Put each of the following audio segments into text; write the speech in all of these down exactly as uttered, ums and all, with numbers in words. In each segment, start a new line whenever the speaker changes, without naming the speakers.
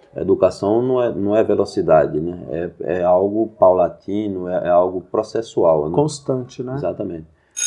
Educação não é, não é velocidade, né? É, é algo paulatino, é, é algo processual. Né?
Constante, né?
Exatamente.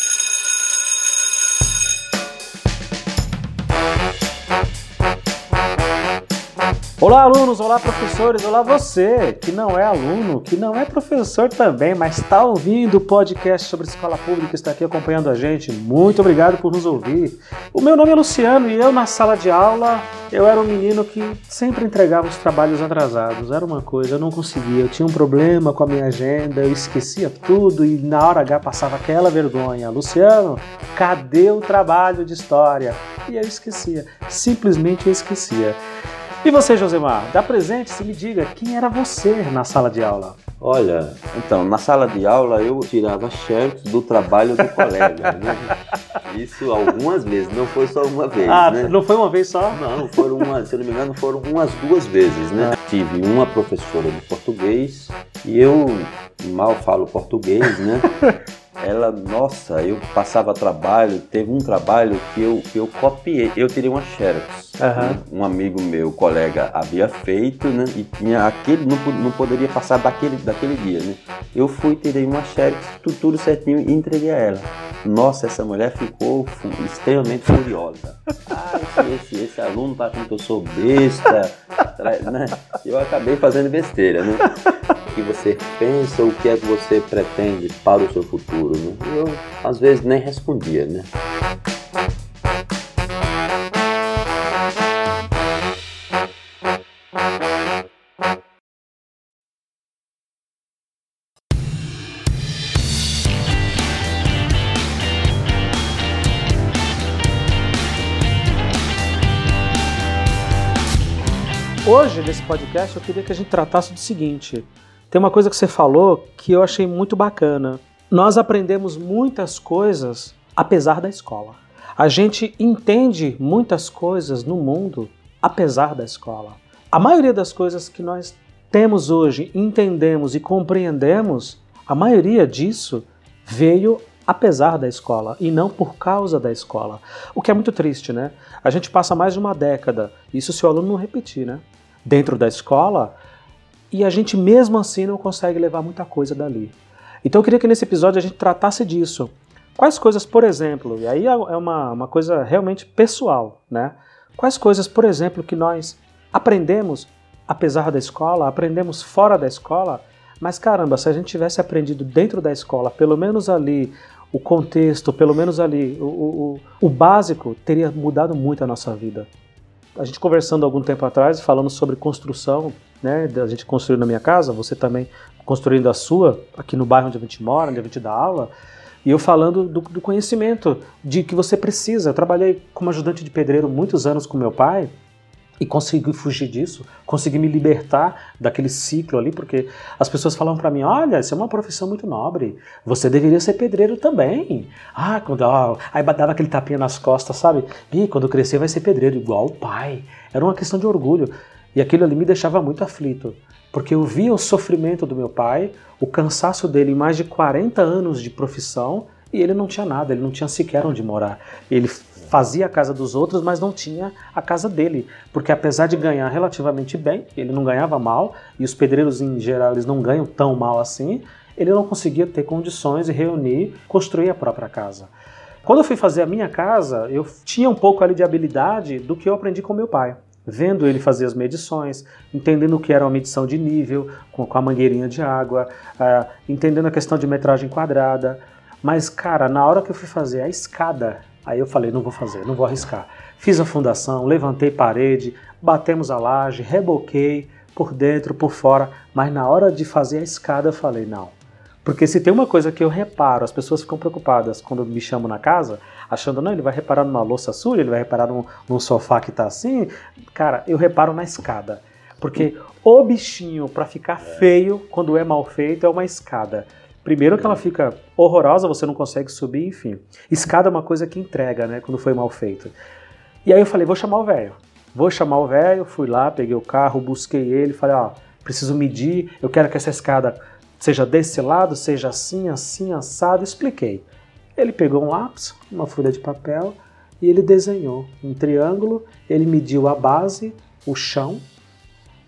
Olá, alunos, olá, professores, olá você, que não é aluno, que não é professor também, mas está ouvindo o podcast sobre escola pública, está aqui acompanhando a gente. Muito obrigado por nos ouvir. O meu nome é Luciano e eu, na sala de aula, eu era um menino que sempre entregava os trabalhos atrasados. Era uma coisa, eu não conseguia, eu tinha um problema com a minha agenda, eu esquecia tudo e na hora H passava aquela vergonha. Luciano, cadê o trabalho de história? E eu esquecia, simplesmente eu esquecia. E você, Josemar, dá presente, se me diga, quem era você na sala de aula?
Olha, então, na sala de aula eu tirava xerox do trabalho do colega, né? Isso algumas vezes, não foi só uma vez,
ah,
né?
Não foi uma vez só?
Não, foram uma, se eu não me engano, foram umas duas vezes, né? Tive uma professora de português e eu mal falo português, né? Ela, nossa, eu passava trabalho, teve um trabalho que eu, que eu copiei, eu tirei uma xerox. Uhum. Um, um amigo meu, colega, havia feito, né? E tinha aquele, não, não poderia passar daquele, daquele dia, né? Eu fui, tirei uma xerox, tudo, tudo certinho e entreguei a ela. Nossa, essa mulher ficou extremamente furiosa. Ah, esse, esse, esse aluno tá achando que eu sou besta, né? Eu acabei fazendo besteira, né? O que você pensa, o que é que você pretende para o seu futuro, né? Eu, às vezes, nem respondia, né?
Hoje, nesse podcast, eu queria que a gente tratasse do seguinte. Tem uma coisa que você falou que eu achei muito bacana. Nós aprendemos muitas coisas apesar da escola. A gente entende muitas coisas no mundo apesar da escola. A maioria das coisas que nós temos hoje, entendemos e compreendemos, a maioria disso veio apesar da escola e não por causa da escola. O que é muito triste, né? A gente passa mais de uma década, isso se o aluno não repetir, né? Dentro da escola, e a gente mesmo assim não consegue levar muita coisa dali. Então eu queria que nesse episódio a gente tratasse disso. Quais coisas, por exemplo, e aí é uma, uma coisa realmente pessoal, né? Quais coisas, por exemplo, que nós aprendemos apesar da escola, aprendemos fora da escola, mas caramba, se a gente tivesse aprendido dentro da escola, pelo menos ali, o contexto, pelo menos ali, o, o, o básico, teria mudado muito a nossa vida. A gente conversando algum tempo atrás, falando sobre construção, né, a gente construiu na minha casa, você também construindo a sua, aqui no bairro onde a gente mora, onde a gente dá aula, e eu falando do, do conhecimento, de que você precisa. Eu trabalhei como ajudante de pedreiro muitos anos com meu pai, e consegui fugir disso, consegui me libertar daquele ciclo ali, porque as pessoas falavam para mim, olha, isso é uma profissão muito nobre, você deveria ser pedreiro também. Ah, quando, ó, aí dava aquele tapinha nas costas, sabe? E quando crescer vai ser pedreiro, igual o pai. Era uma questão de orgulho. E aquilo ali me deixava muito aflito, porque eu via o sofrimento do meu pai, o cansaço dele em mais de quarenta anos de profissão, e ele não tinha nada, ele não tinha sequer onde morar. Ele fazia a casa dos outros, mas não tinha a casa dele, porque apesar de ganhar relativamente bem, ele não ganhava mal, e os pedreiros em geral eles não ganham tão mal assim, ele não conseguia ter condições de reunir, construir a própria casa. Quando eu fui fazer a minha casa, eu tinha um pouco ali de habilidade do que eu aprendi com meu pai, vendo ele fazer as medições, entendendo o que era uma medição de nível, com, com a mangueirinha de água, uh, entendendo a questão de metragem quadrada, mas cara, na hora que eu fui fazer a escada, aí eu falei, não vou fazer, não vou arriscar. Fiz a fundação, levantei parede, batemos a laje, reboquei por dentro, por fora, mas na hora de fazer a escada eu falei, não. Porque se tem uma coisa que eu reparo, as pessoas ficam preocupadas quando me chamam na casa, achando, não, ele vai reparar numa louça suja, ele vai reparar num, num sofá que tá assim. Cara, eu reparo na escada. Porque o bichinho, para ficar feio, quando é mal feito, é uma escada. Primeiro que ela fica horrorosa, você não consegue subir, enfim. Escada é uma coisa que entrega, né, quando foi mal feito. E aí eu falei, vou chamar o velho. Vou chamar o velho, fui lá, peguei o carro, busquei ele, falei, ó, preciso medir, eu quero que essa escada seja desse lado, seja assim, assim, assado, expliquei. Ele pegou um lápis, uma folha de papel, e ele desenhou um triângulo, ele mediu a base, o chão,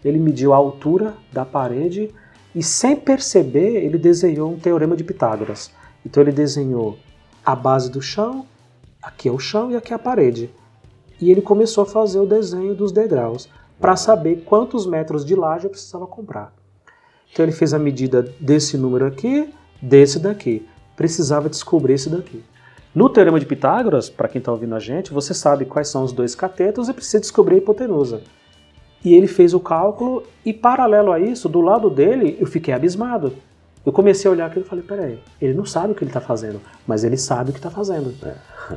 ele mediu a altura da parede e, sem perceber, ele desenhou um teorema de Pitágoras. Então ele desenhou a base do chão, aqui é o chão e aqui é a parede. E ele começou a fazer o desenho dos degraus para saber quantos metros de laje eu precisava comprar. Então ele fez a medida desse número aqui, desse daqui. Precisava descobrir esse daqui. No teorema de Pitágoras, para quem está ouvindo a gente, você sabe quais são os dois catetos e precisa descobrir a hipotenusa. E ele fez o cálculo e, paralelo a isso, do lado dele, eu fiquei abismado. Eu comecei a olhar aquilo e falei, peraí, ele não sabe o que ele está fazendo, mas ele sabe o que está fazendo. É.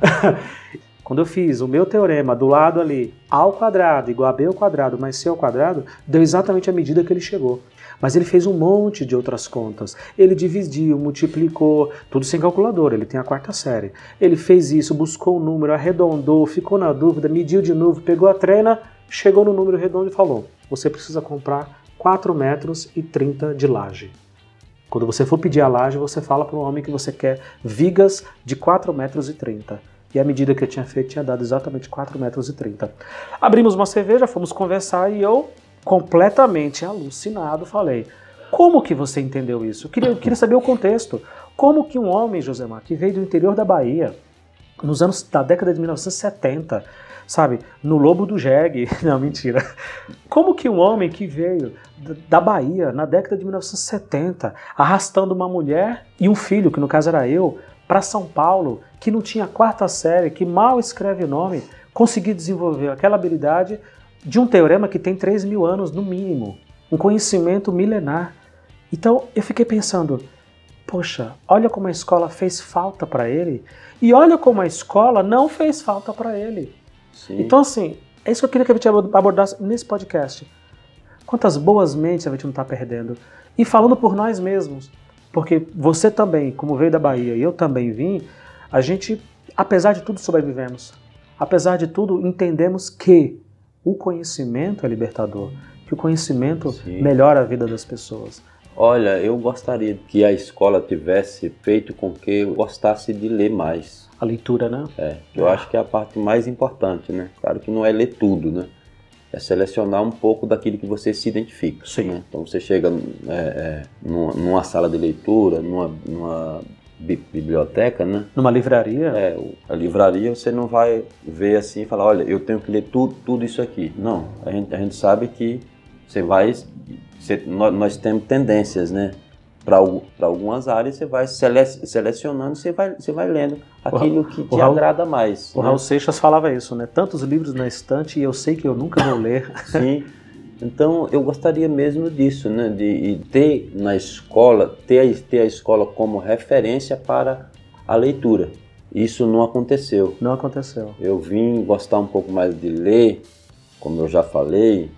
Quando eu fiz o meu teorema do lado ali, A ao quadrado igual a B ao quadrado mais C ao quadrado, deu exatamente a medida que ele chegou. Mas ele fez um monte de outras contas. Ele dividiu, multiplicou, tudo sem calculadora, ele tem a quarta série. Ele fez isso, buscou o número, arredondou, ficou na dúvida, mediu de novo, pegou a trena, chegou no número redondo e falou, você precisa comprar quatro metros e trinta de laje. Quando você for pedir a laje, você fala para o homem que você quer vigas de quatro metros e trinta. E a medida que eu tinha feito tinha dado exatamente quatro metros e trinta. Abrimos uma cerveja, fomos conversar e eu, completamente alucinado, falei, como que você entendeu isso? Eu queria, eu queria saber o contexto. Como que um homem, Josemar, que veio do interior da Bahia, nos anos da década de mil novecentos e setenta, sabe, no Lobo do Jegue, não, mentira. Como que um homem que veio da Bahia, na década de mil novecentos e setenta, arrastando uma mulher e um filho, que no caso era eu, para São Paulo, que não tinha quarta série, que mal escreve o nome, conseguiu desenvolver aquela habilidade de um teorema que tem três mil anos no mínimo, um conhecimento milenar. Então eu fiquei pensando, poxa, olha como a escola fez falta para ele e olha como a escola não fez falta para ele. Sim. Então assim, é isso que eu queria que a gente abordasse nesse podcast. Quantas boas mentes a gente não está perdendo. E falando por nós mesmos, porque você também, como veio da Bahia e eu também vim, a gente, apesar de tudo, sobrevivemos. Apesar de tudo, entendemos que o conhecimento é libertador, que o conhecimento Sim. melhora a vida das pessoas.
Olha, eu gostaria que a escola tivesse feito com que eu gostasse de ler mais.
A leitura, né?
É, eu é. acho que é a parte mais importante, né? Claro que não é ler tudo, né? É selecionar um pouco daquilo que você se identifica.
Sim.
Né? Então você chega é, é, numa, numa sala de leitura, numa, numa biblioteca, né?
Numa livraria?
É, a livraria você não vai ver assim e falar, olha, eu tenho que ler tudo, tudo isso aqui. Não, a gente, a gente sabe que você vai, você, nós, nós temos tendências, né? Para algumas áreas você vai sele, selecionando, você vai, você vai lendo aquilo que te Raul, agrada mais.
O né? Raul Seixas falava isso, né? Tantos livros na estante e eu sei que eu nunca vou ler.
Sim. Então, eu gostaria mesmo disso, né? De, de ter na escola, ter, ter a escola como referência para a leitura. Isso não aconteceu.
Não aconteceu.
Eu vim gostar um pouco mais de ler, como eu já falei,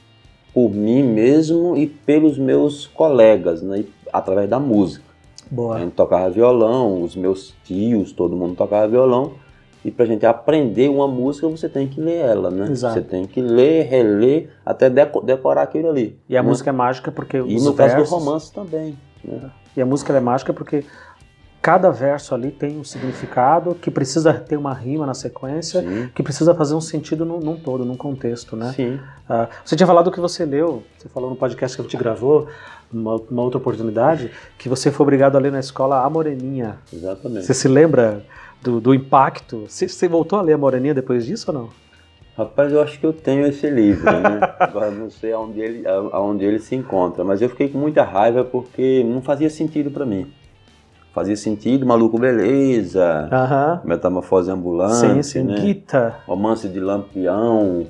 por mim mesmo e pelos meus colegas, né? Através da música.
Boa.
A gente tocava violão, os meus tios, todo mundo tocava violão. E pra gente aprender uma música, você tem que ler ela, né?
Exato.
Você tem que ler, reler, até decorar aquilo ali.
E a
né?
música é mágica porque os
E no
versos...
caso do romance também. Né?
E a música é mágica porque cada verso ali tem um significado, que precisa ter uma rima na sequência, Sim. que precisa fazer um sentido num, num todo, num contexto, né?
Sim.
Uh, você tinha falado que você leu, você falou no podcast que a gente gravou, uma, uma outra oportunidade, que você foi obrigado a ler na escola A Moreninha.
Exatamente.
Você se lembra do, do impacto? Você, você voltou a ler A Moreninha depois disso ou não?
Rapaz, eu acho que eu tenho esse livro, né? Agora não sei aonde ele, aonde ele se encontra, mas eu fiquei com muita raiva porque não fazia sentido para mim. Fazia sentido, Maluco Beleza,
uh-huh.
Metamorfose Ambulante,
sim, sim.
né?
Guita.
Romance de Lampião,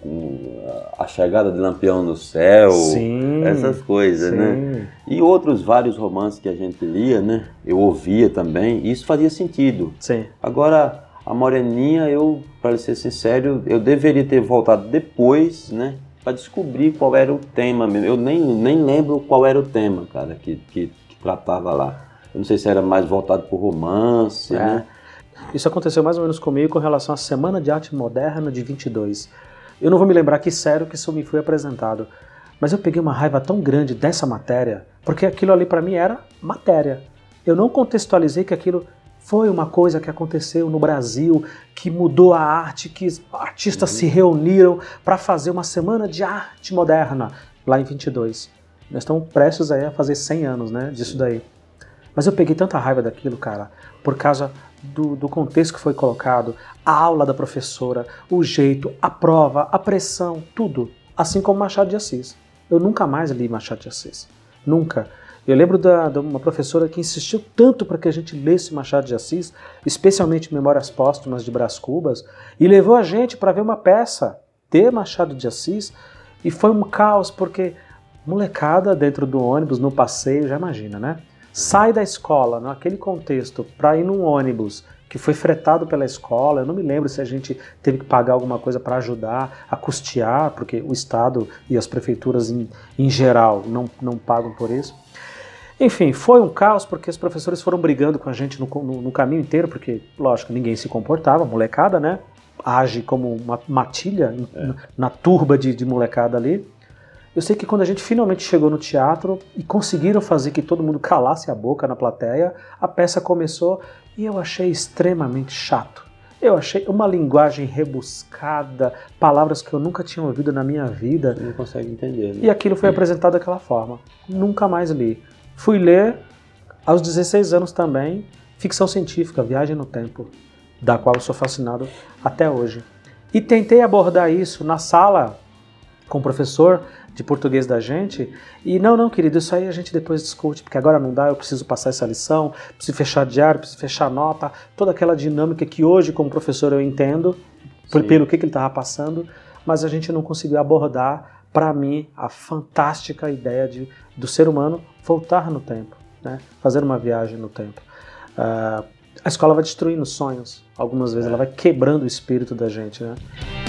A Chegada de Lampião no Céu,
sim,
essas coisas,
sim.
né? E outros vários romances que a gente lia, né? Eu ouvia também, e isso fazia sentido.
Sim.
Agora, a Moreninha, eu, para ser sincero, eu deveria ter voltado depois, né? Para descobrir qual era o tema mesmo. Eu nem, nem lembro qual era o tema, cara, que, que, que tratava lá. Eu não sei se era mais voltado para o romance, é. né?
Isso aconteceu mais ou menos comigo com relação à Semana de Arte Moderna de vinte e dois. Eu não vou me lembrar que sério que isso me foi apresentado, mas eu peguei uma raiva tão grande dessa matéria, porque aquilo ali para mim era matéria. Eu não contextualizei que aquilo foi uma coisa que aconteceu no Brasil, que mudou a arte, que artistas uhum. se reuniram para fazer uma Semana de Arte Moderna. lá em vinte e dois. Nós estamos prestes aí a fazer cem anos, né, disso daí. Mas eu peguei tanta raiva daquilo, cara, por causa do, do contexto que foi colocado, a aula da professora, o jeito, a prova, a pressão, tudo. Assim como Machado de Assis. Eu nunca mais li Machado de Assis. Nunca. Eu lembro da, de uma professora que insistiu tanto para que a gente lesse Machado de Assis, especialmente Memórias Póstumas de Brás Cubas, e levou a gente para ver uma peça de Machado de Assis, e foi um caos, porque molecada dentro do ônibus, no passeio, já imagina, né? Sai da escola, naquele contexto, para ir num ônibus que foi fretado pela escola. Eu não me lembro se a gente teve que pagar alguma coisa para ajudar a custear, porque o Estado e as prefeituras em, em geral não, não pagam por isso. Enfim, foi um caos porque os professores foram brigando com a gente no, no, no caminho inteiro, porque, lógico, ninguém se comportava, molecada, né? Age como uma matilha é. na, na turba de, de molecada ali. Eu sei que quando a gente finalmente chegou no teatro e conseguiram fazer que todo mundo calasse a boca na plateia, a peça começou e eu achei extremamente chato. Eu achei uma linguagem rebuscada, palavras que eu nunca tinha ouvido na minha vida.
Você não consegue entender, né?
E aquilo foi apresentado daquela forma. Nunca mais li. Fui ler, aos dezesseis anos também, ficção científica, Viagem no Tempo, da qual eu sou fascinado até hoje. E tentei abordar isso na sala com o professor de português da gente, e não, não, querido, isso aí a gente depois discute, porque agora não dá, eu preciso passar essa lição, preciso fechar diário, preciso fechar nota, toda aquela dinâmica que hoje, como professor, eu entendo, por, pelo que, que ele estava passando, mas a gente não conseguiu abordar, para mim, a fantástica ideia de, do ser humano voltar no tempo, né? Fazer uma viagem no tempo. Uh, a escola vai destruindo sonhos, algumas vezes, é. ela vai quebrando o espírito da gente, né?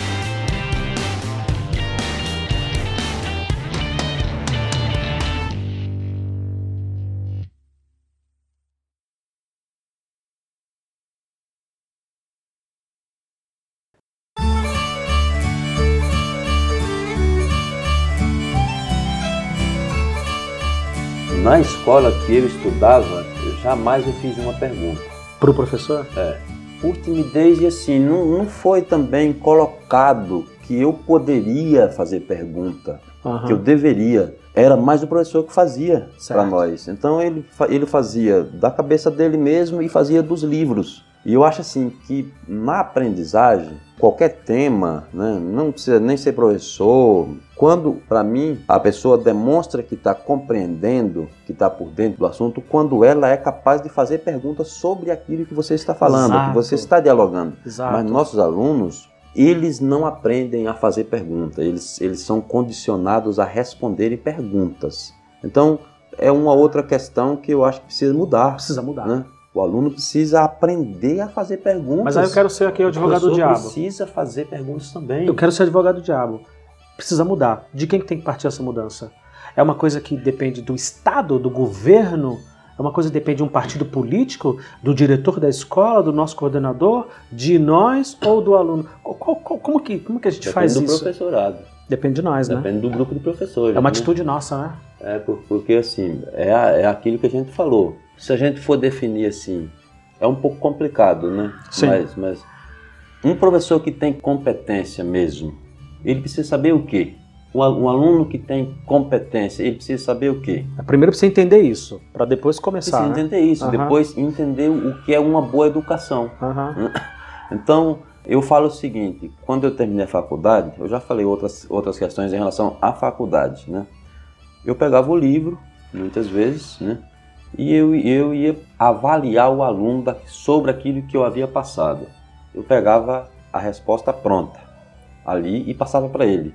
Na escola que eu estudava, eu jamais eu fiz uma pergunta.
Para o professor?
É. Por timidez e assim, não, não foi também colocado que eu poderia fazer pergunta, uhum. que eu deveria. Era mais o professor que fazia para nós. Então ele, ele fazia da cabeça dele mesmo e fazia dos livros. E eu acho assim que na aprendizagem, qualquer tema, né, não precisa nem ser professor, quando, para mim, a pessoa demonstra que está compreendendo, que está por dentro do assunto, quando ela é capaz de fazer perguntas sobre aquilo que você está falando, Exato. que você está dialogando.
Exato.
Mas nossos alunos, eles não aprendem a fazer perguntas, eles, eles são condicionados a responderem perguntas. Então, é uma outra questão que eu acho que precisa mudar.
Precisa mudar.
Né? O aluno precisa aprender a fazer perguntas.
Mas aí eu quero ser aqui o advogado do diabo.
Precisa fazer perguntas também.
Eu quero ser advogado do diabo. Precisa mudar. De quem que tem que partir essa mudança? É uma coisa que depende do Estado, do governo? É uma coisa que depende de um partido político, do diretor da escola, do nosso coordenador, de nós ou do aluno? Qual, qual, como, que, como que a gente
depende
faz
isso?
Depende
do professorado.
Depende de nós,
depende
né?
Depende do grupo de professores.
É uma
né?
atitude nossa, né?
É, porque assim, é, é aquilo que a gente falou. Se a gente for definir assim, é um pouco complicado, né?
Sim.
Mas, mas um professor que tem competência mesmo, ele precisa saber o quê? Um aluno que tem competência, ele precisa saber o quê?
Primeiro precisa entender isso, para depois começar.
Precisa
né?
entender isso,
uhum.
depois entender o que é uma boa educação.
Uhum.
Então, eu falo o seguinte, quando eu terminei a faculdade, eu já falei outras, outras questões em relação à faculdade, né? Eu pegava o livro, muitas vezes, né? E eu, eu ia avaliar o aluno da, sobre aquilo que eu havia passado. Eu pegava a resposta pronta ali e passava para ele.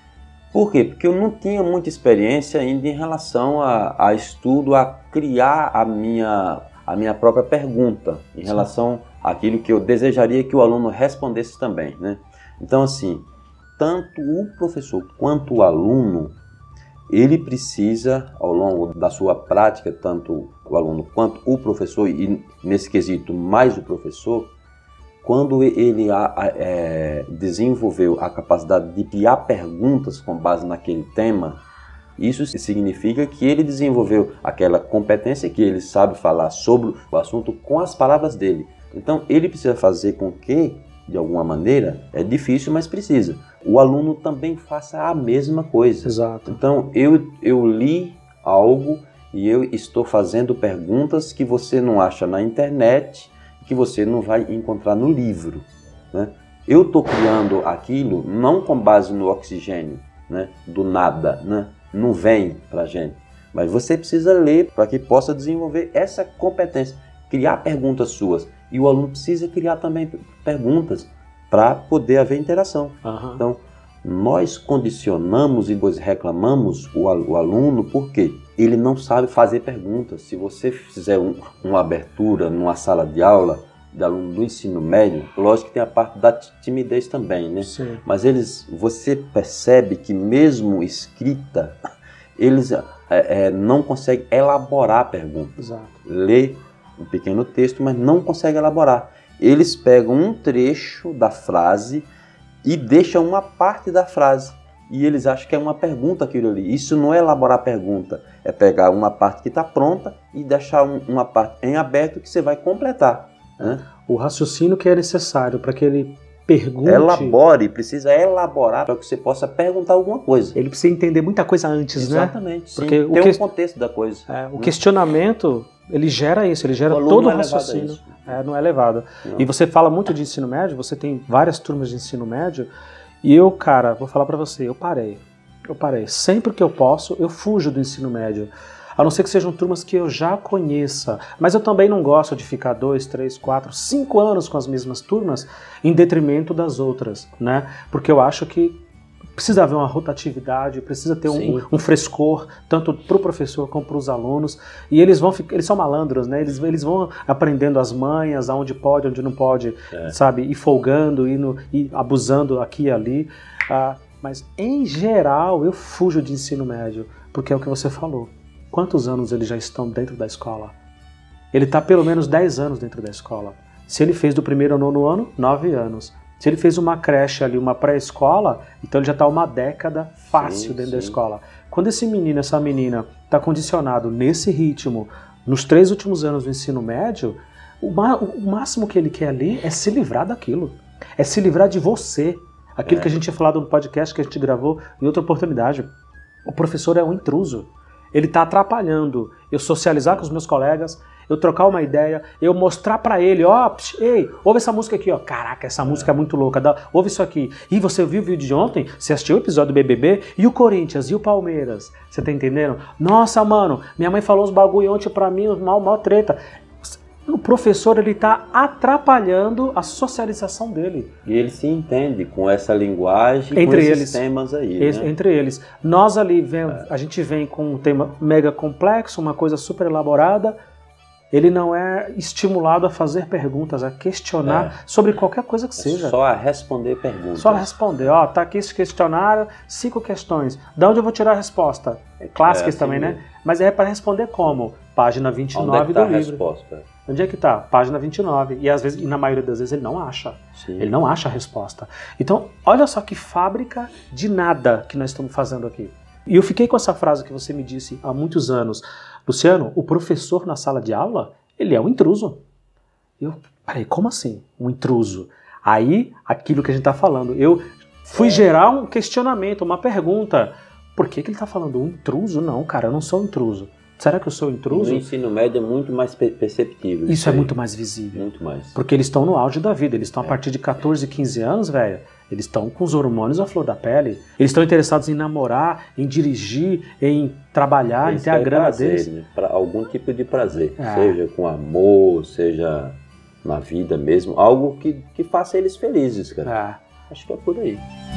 Por quê? Porque eu não tinha muita experiência ainda em relação a, a estudo, a criar a minha, a minha própria pergunta em Sim. relação àquilo que eu desejaria que o aluno respondesse também, né? Então, assim, tanto o professor quanto o aluno, ele precisa, ao longo da sua prática, tanto o aluno quanto o professor, e nesse quesito mais o professor, quando ele é, desenvolveu a capacidade de criar perguntas com base naquele tema, isso significa que ele desenvolveu aquela competência que ele sabe falar sobre o assunto com as palavras dele. Então ele precisa fazer com que, de alguma maneira, é difícil, mas precisa, o aluno também faça a mesma coisa.
Exato.
Então, eu, eu li algo e eu estou fazendo perguntas que você não acha na internet, que você não vai encontrar no livro, né? Eu estou criando aquilo não com base no oxigênio, né, do nada, né? Não vem para a gente. Mas você precisa ler para que possa desenvolver essa competência, criar perguntas suas. E o aluno precisa criar também perguntas para poder haver interação.
Uhum.
Então, nós condicionamos e depois reclamamos o aluno porque ele não sabe fazer perguntas. Se você fizer um, uma abertura numa sala de aula, de aluno do ensino médio, lógico que tem a parte da timidez também, né?
Sim.
Mas eles, você percebe que mesmo escrita, eles é, é, não conseguem elaborar perguntas.
Exato.
Lê um pequeno texto, mas não conseguem elaborar. Eles pegam um trecho da frase e deixam uma parte da frase. E eles acham que é uma pergunta aquilo ali. Isso não é elaborar pergunta, é pegar uma parte que está pronta e deixar um, uma parte em aberto que você vai completar. Né?
O raciocínio que é necessário para que ele pergunte...
Elabore, precisa elaborar para que você possa perguntar alguma coisa.
Ele precisa entender muita coisa antes,
Exatamente,
né?
sim.
Porque
tem
o que...
um contexto da coisa.
É, o
né?
questionamento, ele gera isso, ele gera
o
todo o
é
raciocínio. É, não é levado. Não. E você fala muito de ensino médio, você tem várias turmas de ensino médio, e eu, cara, vou falar para você, eu parei. Eu parei. Sempre que eu posso, eu fujo do ensino médio. A não ser que sejam turmas que eu já conheça. Mas eu também não gosto de ficar dois, três, quatro, cinco anos com as mesmas turmas em detrimento das outras, né? Porque eu acho que precisa haver uma rotatividade, precisa ter um, um frescor, tanto para o professor como para os alunos. E eles vão eles são malandros, né? Eles, eles vão aprendendo as manhas, aonde pode, onde não pode, é. sabe? E folgando, e, no, e abusando aqui e ali. Ah, mas, em geral, eu fujo de ensino médio, porque é o que você falou. Quantos anos eles já estão dentro da escola? Ele está pelo menos dez anos dentro da escola. Se ele fez do primeiro ao nono ano, nove anos. Se ele fez uma creche ali, uma pré-escola, então ele já está uma década fácil sim, dentro sim. da escola. Quando esse menino, essa menina está condicionado nesse ritmo, nos três últimos anos do ensino médio, o, o máximo que ele quer ali é se livrar daquilo. É se livrar de você. Aquilo é. que a gente tinha falado no podcast que a gente gravou em outra oportunidade. O professor é um intruso. Ele está atrapalhando eu socializar com os meus colegas, eu trocar uma ideia, eu mostrar para ele, ó, oh, ei, ouve essa música aqui, ó, caraca, essa música é muito louca, dá, ouve isso aqui. E você viu o vídeo de ontem? Você assistiu o episódio do B B B? E o Corinthians? E o Palmeiras? Você tá entendendo? Nossa, mano, minha mãe falou uns bagulho ontem pra mim, mal, mal treta. O professor, ele tá atrapalhando a socialização dele.
E ele se entende com essa linguagem,
entre
com esses
eles,
temas aí,
esse,
né?
Entre eles. Nós ali, vem, é. a gente vem com um tema mega complexo, uma coisa super elaborada. Ele não é estimulado a fazer perguntas, a questionar é. sobre qualquer coisa que
é
seja.
Só a responder perguntas.
Só a responder. Ó, tá aqui esse questionário, cinco questões. De onde eu vou tirar a resposta? É clássicas é, também, né? Mesmo. Mas é para responder como? Página vinte e nove
Onde é que tá
do
a
livro.
Resposta?
Onde é que tá? Página vinte e nove. E às vezes, e na maioria das vezes ele não acha.
Sim.
Ele não acha a resposta. Então, olha só que fábrica de nada que nós estamos fazendo aqui. E eu fiquei com essa frase que você me disse há muitos anos. Luciano, o professor na sala de aula, ele é um intruso. Eu, peraí, como assim? Um intruso? Aí, aquilo que a gente está falando, eu fui é. gerar um questionamento, uma pergunta. Por que, que ele está falando um intruso? Não, cara, eu não sou um intruso. Será que eu sou um intruso?
No ensino médio é muito mais perceptível.
Isso, isso é muito mais visível.
Muito mais.
Porque eles estão no auge da vida. Eles estão é. a partir de catorze, quinze anos, velho. Eles estão com os hormônios à flor da pele. Eles estão interessados em namorar, em dirigir, em trabalhar, eles em ter a grana
prazer,
deles.
Né? Pra algum tipo de prazer.
É.
Seja com amor, seja na vida mesmo. Algo que, que faça eles felizes, cara. É. Acho que é por aí.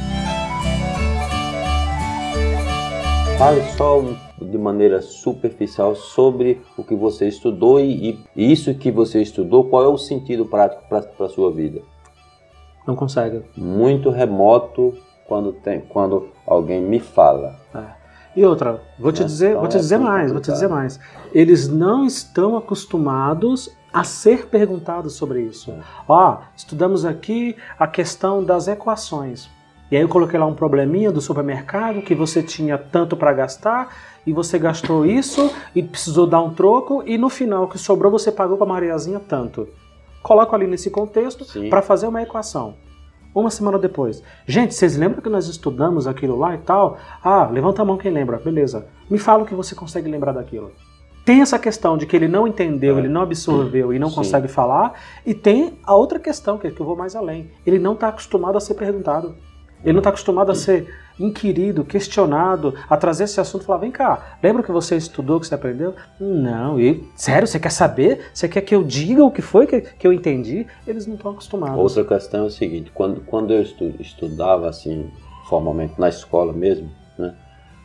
Fale só de maneira superficial sobre o que você estudou e, e isso que você estudou, qual é o sentido prático para a sua vida?
Não consegue.
Muito remoto quando, tem, quando alguém me fala.
É. E outra, vou te dizer, então vou te dizer é mais, vou te dizer mais. Eles não estão acostumados a ser perguntados sobre isso. É. Ó, estudamos aqui a questão das equações. E aí eu coloquei lá um probleminha do supermercado que você tinha tanto para gastar e você gastou isso e precisou dar um troco e no final o que sobrou você pagou para a Mariazinha tanto. Coloco ali nesse contexto para fazer uma equação. Uma semana depois. Gente, vocês lembram que nós estudamos aquilo lá e tal? Ah, levanta a mão quem lembra. Beleza. Me fala o que você consegue lembrar daquilo. Tem essa questão de que ele não entendeu, é. ele não absorveu e não Sim. consegue falar. E tem a outra questão, que eu vou mais além. Ele não está acostumado a ser perguntado. Ele não está acostumado a ser inquirido, questionado, a trazer esse assunto e falar, vem cá, lembra que você estudou, que você aprendeu? Não, e, sério, você quer saber? Você quer que eu diga o que foi que, que eu entendi? Eles não estão acostumados.
Outra questão é o seguinte, quando, quando eu estu, estudava assim, formalmente na escola mesmo, né,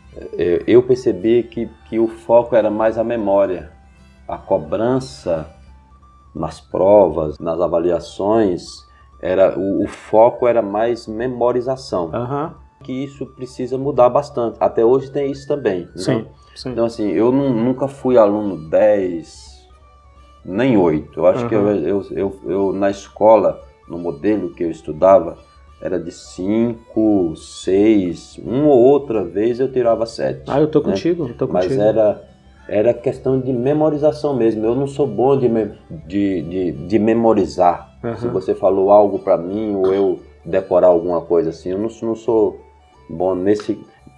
eu, eu percebi que, que o foco era mais a memória, a cobrança nas provas, nas avaliações, era, o, o foco era mais memorização.
Uhum.
Que isso precisa mudar bastante. Até hoje tem isso também. Então,
sim, sim.
então assim, eu não, nunca fui aluno dez, nem oito. Eu acho uhum. que eu, eu, eu, eu, na escola, no modelo que eu estudava, era de cinco, seis, uma ou outra vez eu tirava sete.
Ah, eu tô
né?
contigo, eu tô contigo.
Mas era, era questão de memorização mesmo. Eu não sou bom de, de, de, de memorizar. Uhum. Se você falou algo para mim ou eu decorar alguma coisa assim, eu não, não sou bom nesse,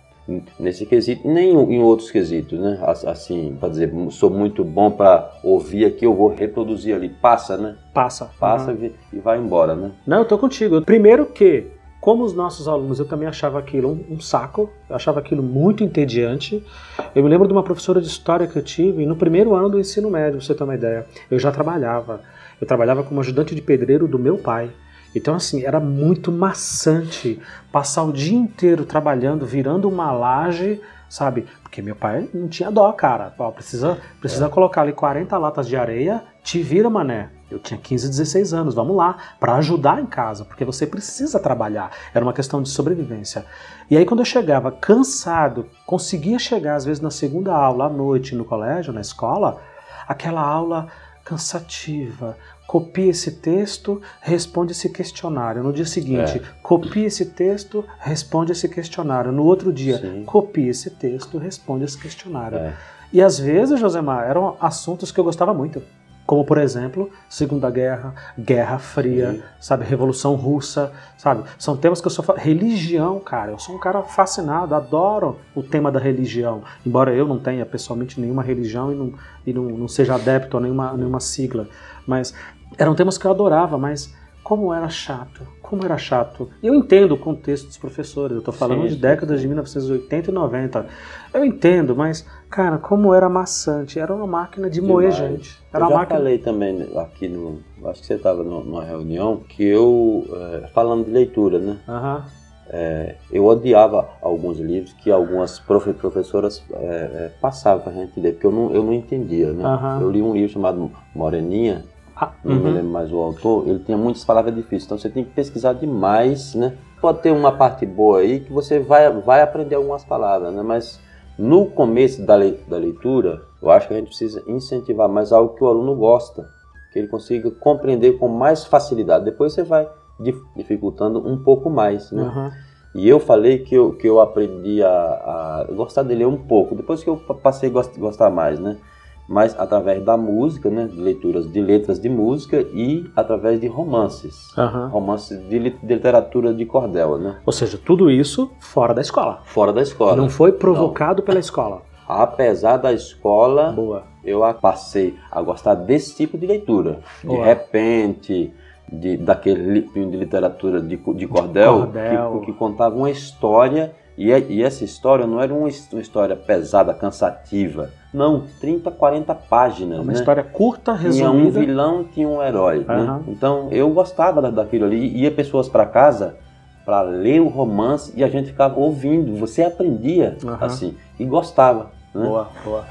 nesse quesito, nem em outros quesitos, né? Assim, para dizer, sou muito bom para ouvir aqui, eu vou reproduzir ali. Passa, né?
Passa.
Passa
uhum.
e vai embora, né?
Não, eu tô contigo. Primeiro que, como os nossos alunos, eu também achava aquilo um, um saco, eu achava aquilo muito entediante. Eu me lembro de uma professora de história que eu tive no primeiro ano do ensino médio, pra você ter uma ideia. Eu já trabalhava. Eu trabalhava como ajudante de pedreiro do meu pai. Então, assim, era muito maçante passar o dia inteiro trabalhando, virando uma laje, sabe? Porque meu pai não tinha dó, cara. Ó, precisa precisa é. colocar ali quarenta latas de areia, te vira, mané. Eu tinha quinze, dezesseis anos, vamos lá, para ajudar em casa, porque você precisa trabalhar. Era uma questão de sobrevivência. E aí, quando eu chegava cansado, conseguia chegar, às vezes, na segunda aula, à noite, no colégio, na escola, aquela aula cansativa. Copia esse texto, responde esse questionário. No dia seguinte, é. copia esse texto, responde esse questionário. No outro dia, Sim. copia esse texto, responde esse questionário. É. E às vezes, Josemar, eram assuntos que eu gostava muito. Como, por exemplo, Segunda Guerra, Guerra Fria, Sim. sabe, Revolução Russa, sabe? São temas que eu sou... Religião, cara. Eu sou um cara fascinado, adoro o tema da religião. Embora eu não tenha pessoalmente nenhuma religião e não, e não, não seja adepto a nenhuma, nenhuma sigla. Mas eram temas que eu adorava, mas como era chato, como era chato. E eu entendo o contexto dos professores, eu estou falando sim, de décadas sim. de mil novecentos e oitenta e noventa. Eu entendo, mas, cara, como era maçante, era uma máquina de Demais. moer gente. Era
eu
uma
já
máquina...
falei também aqui, no, acho que você estava numa reunião, que eu, é, falando de leitura, né?
Uhum.
É, eu odiava alguns livros que algumas profe, professoras é, é, passavam para a gente ler, porque eu não, eu não entendia, né? Uhum. Eu li um livro chamado Moreninha, ah, não uhum. me lembro mais o autor, ele tinha muitas palavras difíceis, então você tem que pesquisar demais, né? Pode ter uma parte boa aí que você vai, vai aprender algumas palavras, né? Mas no começo da, le, da leitura, eu acho que a gente precisa incentivar mais algo que o aluno gosta, que ele consiga compreender com mais facilidade. Depois você vai dificultando um pouco mais, né? Uhum. E eu falei que eu, que eu aprendi a, a gostar de ler um pouco, depois que eu passei a gost, gostar mais, né? Mas através da música, né? De leituras de letras de música e através de romances, uhum. romances de, de literatura de cordel, né?
Ou seja, tudo isso fora da escola.
Fora da escola.
Não foi provocado Não. pela escola.
Apesar da escola,
Boa.
eu passei a gostar desse tipo de leitura. Boa. De repente... De, daquele de literatura de, de cordel, de cordel. Que, que contava uma história, e, e essa história não era uma, uma história pesada, cansativa, não, trinta, quarenta páginas.
Uma
né?
história curta, resumida.
Tinha um vilão, tinha um herói. Uhum. Né? Então eu gostava daquilo ali, ia pessoas para casa para ler o romance e a gente ficava ouvindo, você aprendia uhum. assim, e gostava. Né?
Boa, boa.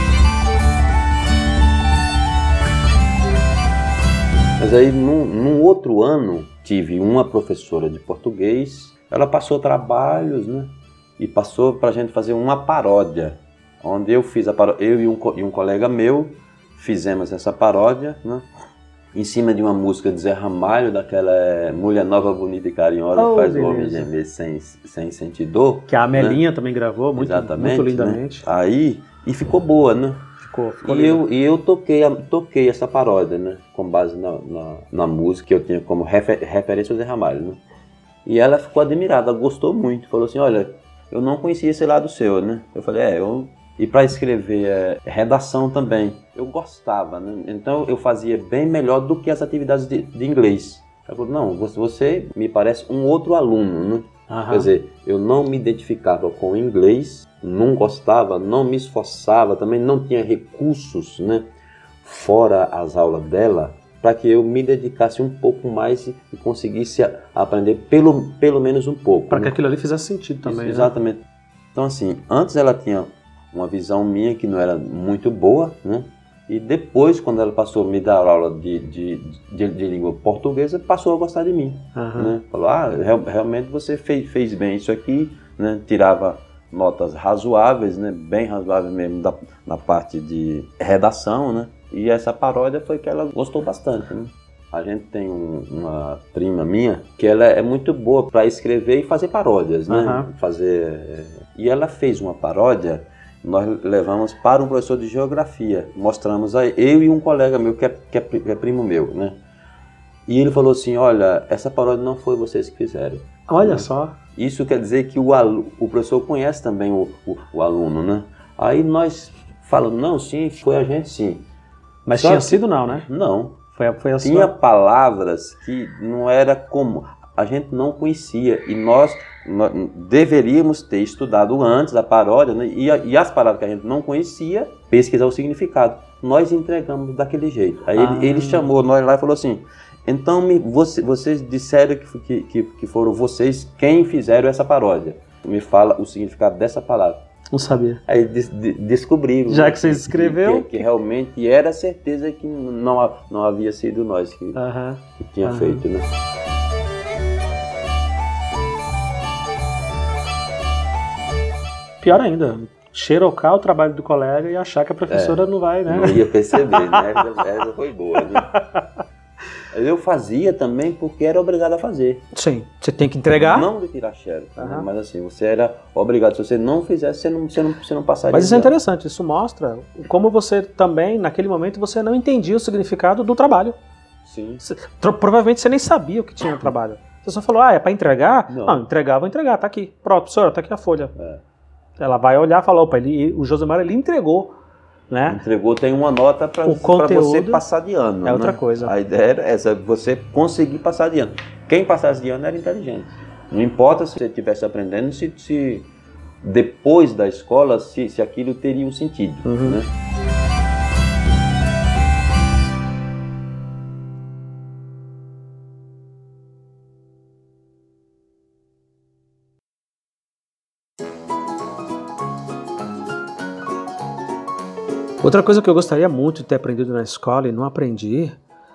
Mas aí, num, num outro ano, tive uma professora de português, ela passou trabalhos, né? E passou para a gente fazer uma paródia, onde eu fiz a paródia, eu e um, e um colega meu fizemos essa paródia, né? Em cima de uma música de Zé Ramalho, daquela é, Mulher Nova, Bonita e Carinhosa, oh, faz beleza. O homem gemer sem, sem sentir dor.
Que a Amelinha né? também gravou, muito, muito lindamente.
Né? Aí, e ficou boa, né?
Ficou, ficou
e, eu, e eu toquei, toquei essa paródia, né? Com base na, na, na música que eu tinha como refer, referência ao Zé Ramalho, né? E ela ficou admirada, gostou muito. Falou assim, olha, eu não conhecia esse lado seu, né? Eu falei, é, eu... E para escrever é, redação também, eu gostava, né? Então eu fazia bem melhor do que as atividades de, de inglês. Ela falou, não, você me parece um outro aluno, né? Uhum. Quer dizer, eu não me identificava com o inglês, não gostava, não me esforçava, também não tinha recursos, né? Fora as aulas dela, para que eu me dedicasse um pouco mais e conseguisse aprender pelo, pelo menos um pouco.
Para
né?
que aquilo ali fizesse sentido também.
Isso, exatamente.
Né?
Então assim, antes ela tinha uma visão minha que não era muito boa, né? E depois, quando ela passou a me dar aula de, de, de, de língua portuguesa, passou a gostar de mim. Uhum. Né? Falou, ah, real, realmente você fez, fez bem isso aqui, né? Tirava notas razoáveis, né? Bem razoáveis mesmo da, na parte de redação, né? E essa paródia foi que ela gostou bastante, né? A gente tem um, uma prima minha que ela é muito boa para escrever e fazer paródias, né? Uhum. Fazer... E ela fez uma paródia, nós levamos para um professor de geografia, mostramos a eu e um colega meu que é, que é, que é primo meu, né? E ele falou assim, olha, essa paródia não foi vocês que fizeram.
Olha
né? Só. Isso quer dizer que o, alu, o professor conhece também o, o, o aluno, né? Aí nós falamos, não, sim, foi a gente sim.
Mas Só tinha que, sido não, né?
Não.
Foi, foi a
tinha
sua...
palavras que não era como... A gente não conhecia e nós, nós deveríamos ter estudado antes a paródia, né? e, a, e as palavras que a gente não conhecia, pesquisar o significado. Nós entregamos daquele jeito. Aí ah. ele, ele chamou nós lá e falou assim, então me, você, vocês disseram que, que, que foram vocês quem fizeram essa paródia. Me fala o significado dessa palavra.
Não sabia.
Aí des, de, descobriram.
Já que você escreveu?
Que, que, que realmente era certeza que não, não havia sido nós que, uh-huh. que tinha uh-huh. feito, né?
Pior ainda, xerocar o trabalho do colega e achar que a professora é, não vai, né?
Não ia perceber, né? Essa, essa foi boa, né? Eu fazia também porque era obrigado a fazer.
Sim, você tem que entregar.
Não de tirar xerox, uhum. né? Mas assim, você era obrigado. Se você não fizesse, você não, você não, você não passaria.
Mas isso é interessante, isso mostra como você também, naquele momento, você não entendia o significado do trabalho.
Sim.
Você, provavelmente você nem sabia o que tinha no trabalho. Você só falou, ah, é para entregar? Não. não, entregar, vou entregar, tá aqui. Pronto, professora, tá aqui a folha. É. Ela vai olhar e falar, opa, ele, o Josemar, ele entregou. Né?
Entregou, tem uma nota para você passar de ano.
É outra
né?
coisa.
A ideia era essa, você conseguir passar de ano. Quem passasse de ano era inteligente. Não importa se você estivesse aprendendo, se, se depois da escola, se, se aquilo teria um sentido. Uhum. Né?
Outra coisa que eu gostaria muito de ter aprendido na escola e não aprendi,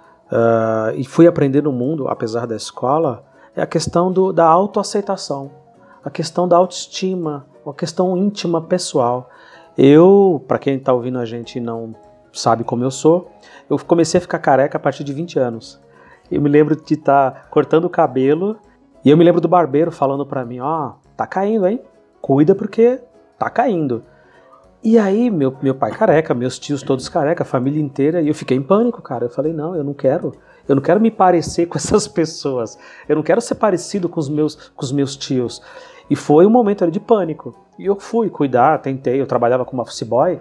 uh, e fui aprender no mundo, apesar da escola, é a questão do, da autoaceitação, a questão da autoestima, a questão íntima, pessoal. Eu, para quem está ouvindo a gente e não sabe como eu sou, eu comecei a ficar careca a partir de vinte anos. Eu me lembro de estar tá cortando o cabelo e eu me lembro do barbeiro falando para mim, ó, oh, tá caindo, hein? Cuida porque tá caindo. E aí, meu, meu pai careca, meus tios todos careca, a família inteira, e eu fiquei em pânico, cara. Eu falei, não, eu não quero, eu não quero me parecer com essas pessoas, eu não quero ser parecido com os meus, com os meus tios. E foi um momento ali de pânico. E eu fui cuidar, tentei, eu trabalhava como office boy,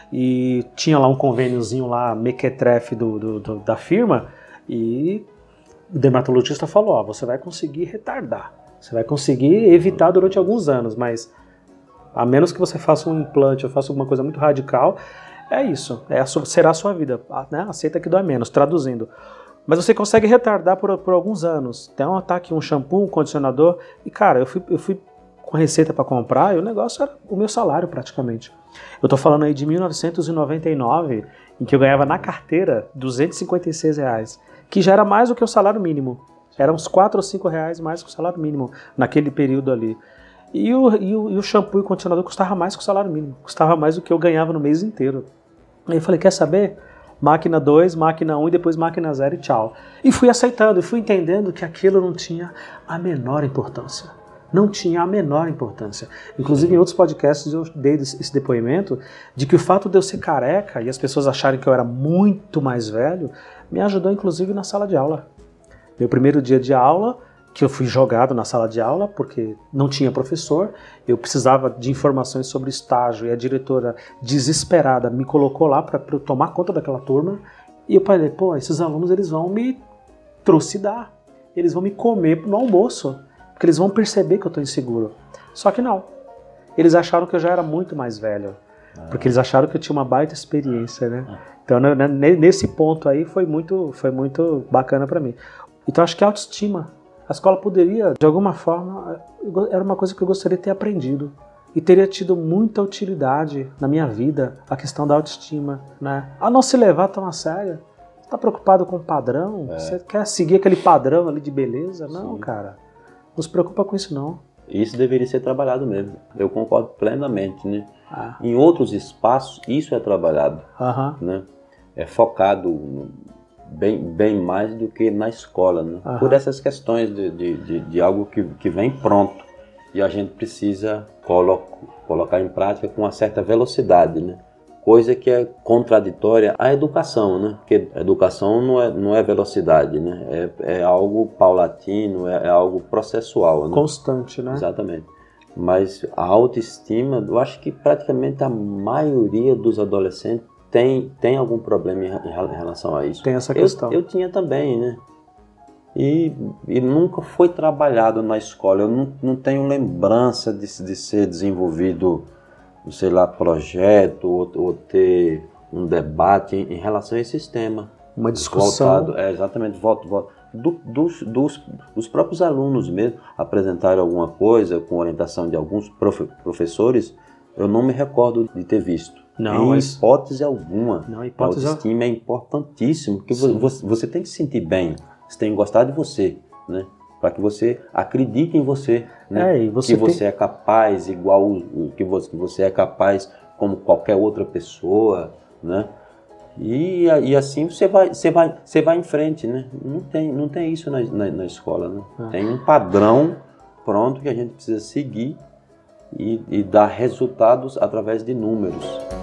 e tinha lá um convêniozinho lá, mequetrefe do, do, do, da firma, e o dermatologista falou, ó, você vai conseguir retardar, você vai conseguir evitar durante alguns anos, mas... a menos que você faça um implante ou faça alguma coisa muito radical, é isso, é a sua, será a sua vida, né? Aceita que dói menos, traduzindo. Mas você consegue retardar por, por alguns anos. Então tá aqui um shampoo, um condicionador, e cara, eu fui, eu fui com receita para comprar e o negócio era o meu salário praticamente. Eu tô falando aí de mil novecentos e noventa e nove, em que eu ganhava na carteira duzentos e cinquenta e seis reais, que já era mais do que o salário mínimo. Era uns quatro ou cinco reais mais que o salário mínimo naquele período ali. E o, e, o, e o shampoo e o condicionador custava mais que o salário mínimo, custava mais do que eu ganhava no mês inteiro. Aí eu falei, quer saber? Máquina dois, máquina um e depois máquina zero e tchau. E fui aceitando, e fui entendendo que aquilo não tinha a menor importância. Não tinha a menor importância. Inclusive em outros podcasts eu dei esse depoimento de que o fato de eu ser careca e as pessoas acharem que eu era muito mais velho, me ajudou inclusive na sala de aula. Meu primeiro dia de aula, que eu fui jogado na sala de aula porque não tinha professor, eu precisava de informações sobre estágio e a diretora desesperada me colocou lá para eu tomar conta daquela turma e eu falei, pô, esses alunos eles vão me trucidar, eles vão me comer no almoço, porque eles vão perceber que eu estou inseguro. Só que não, eles acharam que eu já era muito mais velho, porque eles acharam que eu tinha uma baita experiência, né? Então né, nesse ponto aí foi muito, foi muito bacana para mim. Então acho que a autoestima, a escola poderia, de alguma forma, era uma coisa que eu gostaria de ter aprendido. E teria tido muita utilidade na minha vida, a questão da autoestima, né? A não se levar tão a sério. Você está preocupado com o padrão? É. Você quer seguir aquele padrão ali de beleza? Não, Sim. cara. Não se preocupa com isso, não.
Isso deveria ser trabalhado mesmo. Eu concordo plenamente, né?
Ah.
Em outros espaços, isso é trabalhado.
Uh-huh.
Né? É focado bem, bem mais do que na escola, né?
Uh-huh.
Por essas questões de, de, de, de algo que, que vem pronto. E a gente precisa colo- colocar em prática com uma certa velocidade, né? Coisa que é contraditória à educação, né? Porque a educação não é, não é velocidade, né? É, é algo paulatino, é, é algo processual, né?
Constante, né?
Exatamente. Mas a autoestima, eu acho que praticamente a maioria dos adolescentes tem, tem algum problema em, em relação a isso.
Tem essa questão.
Eu, eu tinha também, né? E, e nunca foi trabalhado na escola. Eu não, não tenho lembrança de, de ser desenvolvido, sei lá, projeto ou, ou ter um debate em, em relação a esse tema.
Uma discussão.
Voltado, é, exatamente, volto, volto. Do, dos, dos, dos próprios alunos mesmo apresentarem alguma coisa com orientação de alguns profe, professores, eu não me recordo de ter visto.
Não,
em
mas...
hipótese alguma.
Não, hipótese...
A autoestima é importantíssimo, porque você, você tem que se sentir bem. Você tem que gostar de você, né? Para que você acredite em você, né?
É, e você
que
tem...
você é capaz, igual o, que, você, que você é capaz como qualquer outra pessoa, né? E, e assim você vai, você, vai, você vai em frente, né? Não tem, não tem isso na, na, na escola, né?
É.
Tem um padrão pronto que a gente precisa seguir e, e dar resultados através de números.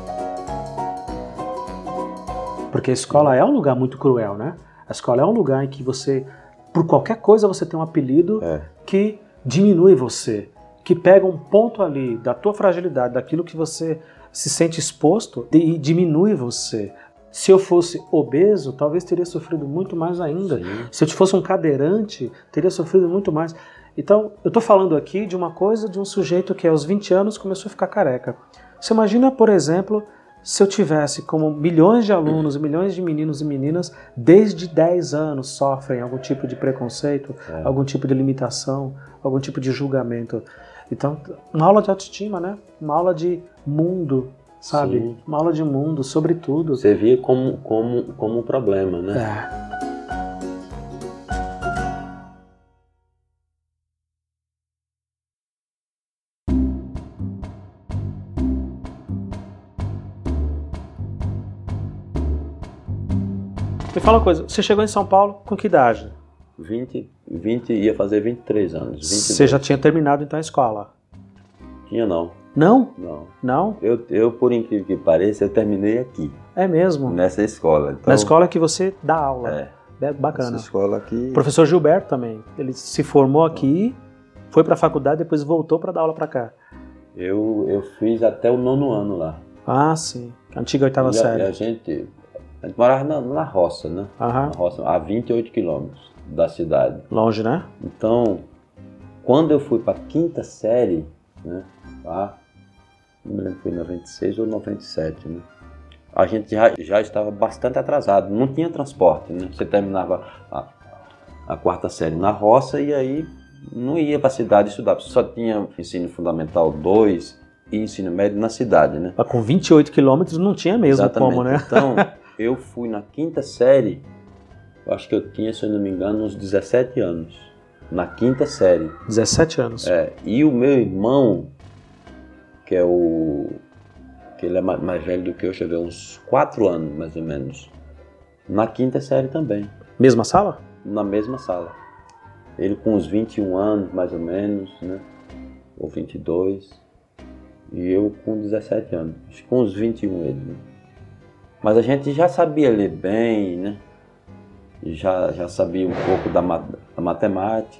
Porque a escola é um lugar muito cruel, né? A escola é um lugar em que você, por qualquer coisa, você tem um apelido
é.
que diminui você, que pega um ponto ali da tua fragilidade, daquilo que você se sente exposto e diminui você. Se eu fosse obeso, talvez teria sofrido muito mais ainda.
Sim.
Se eu fosse um cadeirante, teria sofrido muito mais. Então, eu estou falando aqui de uma coisa de um sujeito que aos vinte anos começou a ficar careca. Você imagina, por exemplo... Se eu tivesse como milhões de alunos e milhões de meninos e meninas, desde dez anos sofrem algum tipo de preconceito, é. algum tipo de limitação, algum tipo de julgamento. Então, uma aula de autoestima, né? Uma aula de mundo, sabe?
Sim.
Uma aula de mundo, sobretudo.
Você via como, como, como um problema, né?
É. Me fala uma coisa, você chegou em São Paulo com que idade?
vinte, vinte, ia fazer vinte e três anos. vinte e dois.
Você já tinha terminado então a escola?
Tinha não.
Não?
Não.
Não?
Eu, eu, por incrível que pareça, eu terminei aqui.
É mesmo?
Nessa escola. Então,
na escola que você dá aula.
É.
Bacana.
Essa escola aqui...
O professor Gilberto também. Ele se formou aqui, foi para a faculdade, depois voltou para dar aula para cá.
Eu, eu fiz até o nono ano lá.
Ah, sim. A antiga oitava
e a,
série.
E a gente... A gente morava na, na roça, né?
Aham.
Na roça, a vinte e oito quilômetros da cidade.
Longe, né?
Então, quando eu fui para a quinta série, né? Lá, não me lembro se foi em noventa e seis ou noventa e sete, né? A gente já, já estava bastante atrasado, não tinha transporte, né? Você terminava a, a quarta série na roça e aí não ia para a cidade estudar, só tinha ensino fundamental dois e ensino médio na cidade, né?
Mas com vinte e oito quilômetros não tinha mesmo.
Exatamente.
Como, né?
Então, eu fui na quinta série, eu acho que eu tinha, se eu não me engano, uns dezessete anos. Na quinta série.
dezessete anos.
É, e o meu irmão, que é o... que ele é mais, mais velho do que eu, deixa eu ver, uns quatro anos, mais ou menos. Na quinta série também.
Mesma sala?
Na mesma sala. Ele com uns vinte e um anos, mais ou menos, né? Ou vinte e dois. E eu com dezessete anos. Acho que com uns vinte e um ele, né? Mas a gente já sabia ler bem, né? Já, já sabia um pouco da, da matemática.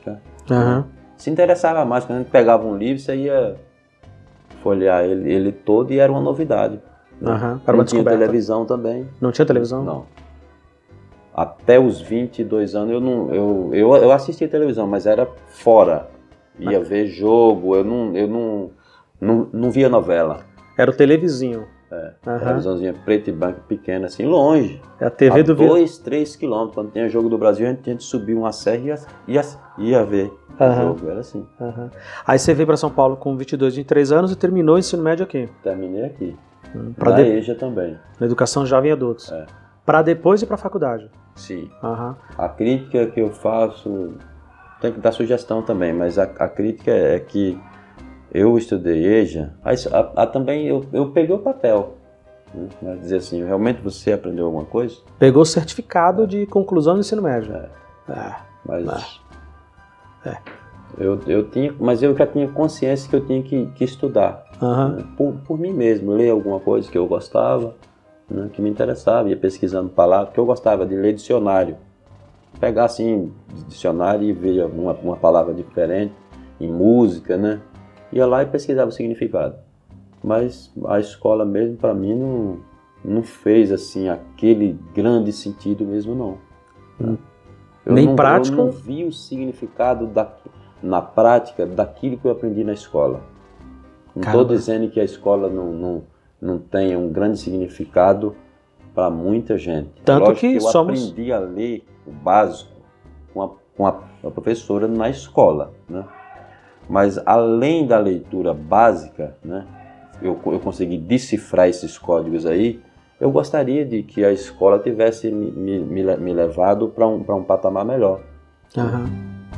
Uhum.
Né? Se interessava mais, quando a gente pegava um livro, você ia folhear ele, ele todo e era uma novidade. Né?
Uhum. Era
Não
uma
tinha
descoberta.
televisão também.
Não tinha televisão?
Não. Até os vinte e dois anos eu não eu, eu, eu assistia televisão, mas era fora. Ia
Mas...
ver jogo, eu não, eu não, não, não via novela.
Era o televisinho.
É,
uhum.
Televisãozinha preto e branco pequena, assim, longe.
É a T V
a
do
dois, três quilômetros. Quando tinha jogo do Brasil, a gente, a gente subia uma serra e ia, ia, ia ver uhum. o jogo. Era assim.
Uhum. Aí você veio para São Paulo com vinte e dois, vinte e três anos e terminou o ensino médio aqui?
Terminei aqui.
Hum,
Na
de...
EJA também.
Na educação jovem e adultos.
É.
Para depois ir para a faculdade?
Sim.
Uhum.
A crítica que eu faço, tem que dar sugestão também, mas a, a crítica é que eu estudei EJA, aí a, a, também eu, eu peguei o papel. Né? Dizer assim, realmente você aprendeu alguma coisa?
Pegou o certificado é. de conclusão do ensino médio.
É.
É.
Mas
é.
Eu, eu tinha, mas eu já tinha consciência que eu tinha que, que estudar.
Uhum.
Né? Por, por mim mesmo, ler alguma coisa que eu gostava, né? Que me interessava, ia pesquisando palavras, porque eu gostava de ler dicionário. Pegar assim, dicionário e ver uma, uma palavra diferente, em música, né? Ia lá e pesquisava o significado. Mas a escola mesmo, para mim, não, não fez assim aquele grande sentido mesmo, não.
Hum.
Eu
Nem
não,
prático?
Eu não vi o significado da, na prática daquilo que eu aprendi na escola. Não estou dizendo que a escola não, não, não tem um grande significado para muita gente.
Tanto
Lógico
que,
que eu
somos...
aprendi a ler o básico com a, com a, a professora na escola, né? Mas além da leitura básica, né, eu, eu consegui decifrar esses códigos aí. Eu gostaria de que a escola tivesse me, me, me levado para um, para um patamar melhor.
Uhum.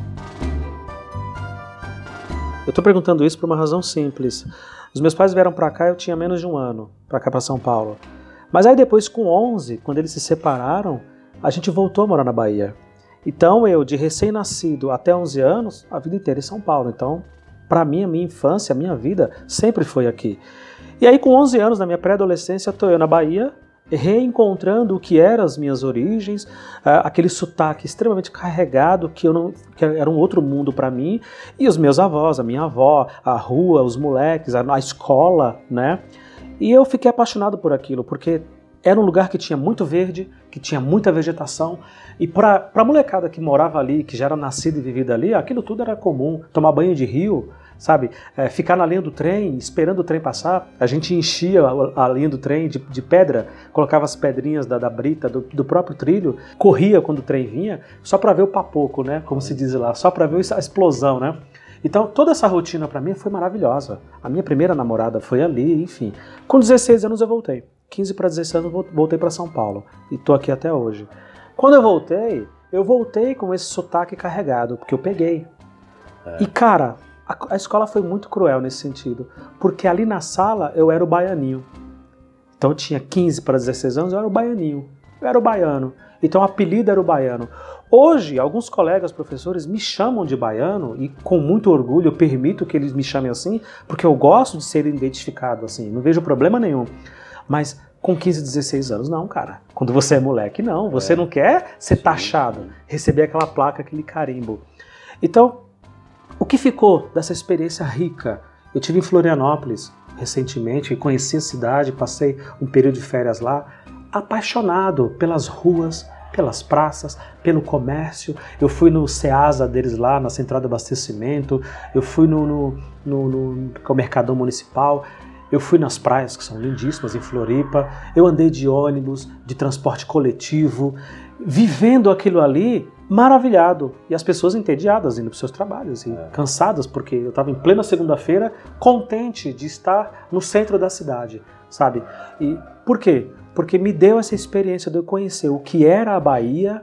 Eu estou perguntando isso por uma razão simples. Os meus pais vieram para cá, eu tinha menos de um ano, para cá, para São Paulo. Mas aí depois, com onze, quando eles se separaram, a gente voltou a morar na Bahia. Então eu, de recém-nascido até onze anos, a vida inteira em São Paulo. Então, para mim, a minha infância, a minha vida sempre foi aqui. E aí, com onze anos, na minha pré-adolescência, estou eu na Bahia, reencontrando o que eram as minhas origens, uh, aquele sotaque extremamente carregado, que, eu não, que era um outro mundo para mim, e os meus avós, a minha avó, a rua, os moleques, a, a escola, né? E eu fiquei apaixonado por aquilo, porque era um lugar que tinha muito verde, que tinha muita vegetação, e para a molecada que morava ali, que já era nascida e vivida ali, aquilo tudo era comum, tomar banho de rio, sabe, é, ficar na linha do trem, esperando o trem passar. A gente enchia a, a linha do trem de, de pedra, colocava as pedrinhas da, da brita, do, do próprio trilho, corria quando o trem vinha, só para ver o papoco, né, como se diz lá, só para ver a explosão, né. Então toda essa rotina para mim foi maravilhosa. A minha primeira namorada foi ali, enfim. Com dezesseis anos eu voltei, quinze para dezesseis anos eu voltei para São Paulo e estou aqui até hoje. Quando eu voltei, eu voltei com esse sotaque carregado, porque eu peguei. É. E cara, a, a escola foi muito cruel nesse sentido, porque ali na sala eu era o baianinho. Então eu tinha quinze para dezesseis anos, eu era o baianinho, eu era o baiano. Então o apelido era o baiano. Hoje, alguns colegas professores me chamam de baiano e com muito orgulho eu permito que eles me chamem assim, porque eu gosto de ser identificado assim, não vejo problema nenhum. Mas com quinze, dezesseis anos, não, cara. Quando você é moleque, não. Você é. não quer ser taxado, receber aquela placa, aquele carimbo. Então, o que ficou dessa experiência rica? Eu tive em Florianópolis recentemente, conheci a cidade, passei um período de férias lá, apaixonado pelas ruas, pelas praças, pelo comércio. Eu fui no Ceasa deles lá, na central de abastecimento, eu fui no, no, no, no, no Mercadão Municipal, eu fui nas praias, que são lindíssimas, em Floripa, eu andei de ônibus, de transporte coletivo, vivendo aquilo ali, maravilhado. E as pessoas entediadas indo para os seus trabalhos, e é. cansadas, porque eu estava em plena segunda-feira, contente de estar no centro da cidade, sabe? E por quê? Porque me deu essa experiência de eu conhecer o que era a Bahia,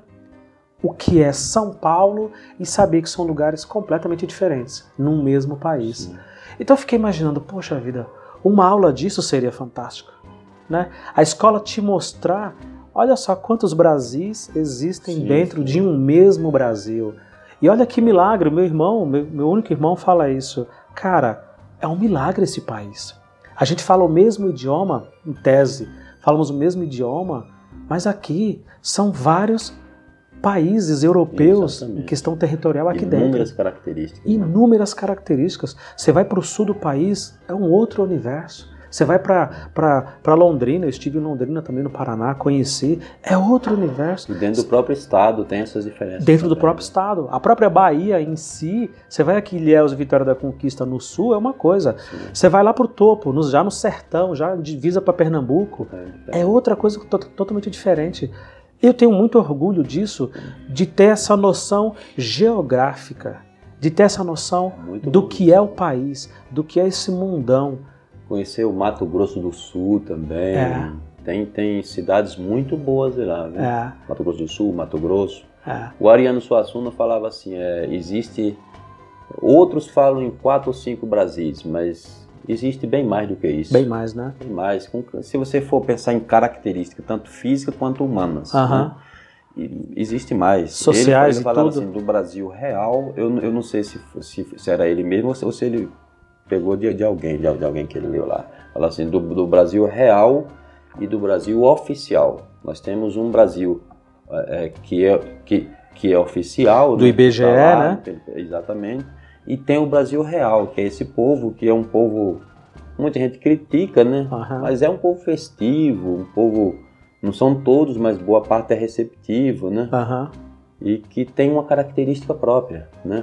o que é São Paulo, e saber que são lugares completamente diferentes, num mesmo país. Sim. Então eu fiquei imaginando, poxa vida, uma aula disso seria fantástica, né? A escola te mostrar, olha só quantos Brasis existem sim, dentro sim. de um mesmo Brasil. E olha que milagre, meu irmão, meu, meu único irmão fala isso. Cara, é um milagre esse país. A gente fala o mesmo idioma, em tese, falamos o mesmo idioma, mas aqui são vários países europeus
Exatamente.
em questão territorial aqui
Inúmeras
dentro.
Inúmeras características.
Inúmeras né? características. Você vai para o sul do país, é um outro universo. Você vai para Londrina, eu estive em Londrina também no Paraná, conheci, é outro universo.
E dentro do próprio estado tem essas diferenças.
Dentro
também,
do próprio
né?
estado. A própria Bahia em si, você vai aqui em Ilhéus e Vitória da Conquista no sul, é uma coisa. Sim. Você vai lá para o topo, no, já no sertão, já divisa para Pernambuco, é, é outra coisa to totalmente diferente. Eu tenho muito orgulho disso, de ter essa noção geográfica, de ter essa noção muito do bom. Que é o país, do que é esse mundão.
Conhecer o Mato Grosso do Sul também. É. Tem, tem cidades muito boas lá, né? É. Mato Grosso do Sul, Mato Grosso. É. O Ariano Suassuna falava assim, é, existe... Outros falam em quatro ou cinco Brasis, mas existe bem mais do que isso.
Bem mais, né?
Bem mais. Se você for pensar em características, tanto físicas quanto humanas, uh-huh. né? E existe mais.
Sociais
ele, ele falava
e tudo.
Assim, do Brasil real, eu, eu não sei se, se, se era ele mesmo ou se, ou se ele... Pegou de, de alguém, de, de alguém que ele leu lá. Fala assim, do, do Brasil real e do Brasil oficial. Nós temos um Brasil é, que, é, que, que é oficial.
Do
né,
I B G E,
tá lá,
né?
Exatamente. E tem o Brasil real, que é esse povo, que é um povo... Muita gente critica, né? Uhum. Mas é um povo festivo, um povo... Não são todos, mas boa parte é receptivo, né?
Uhum.
E que tem uma característica própria, né?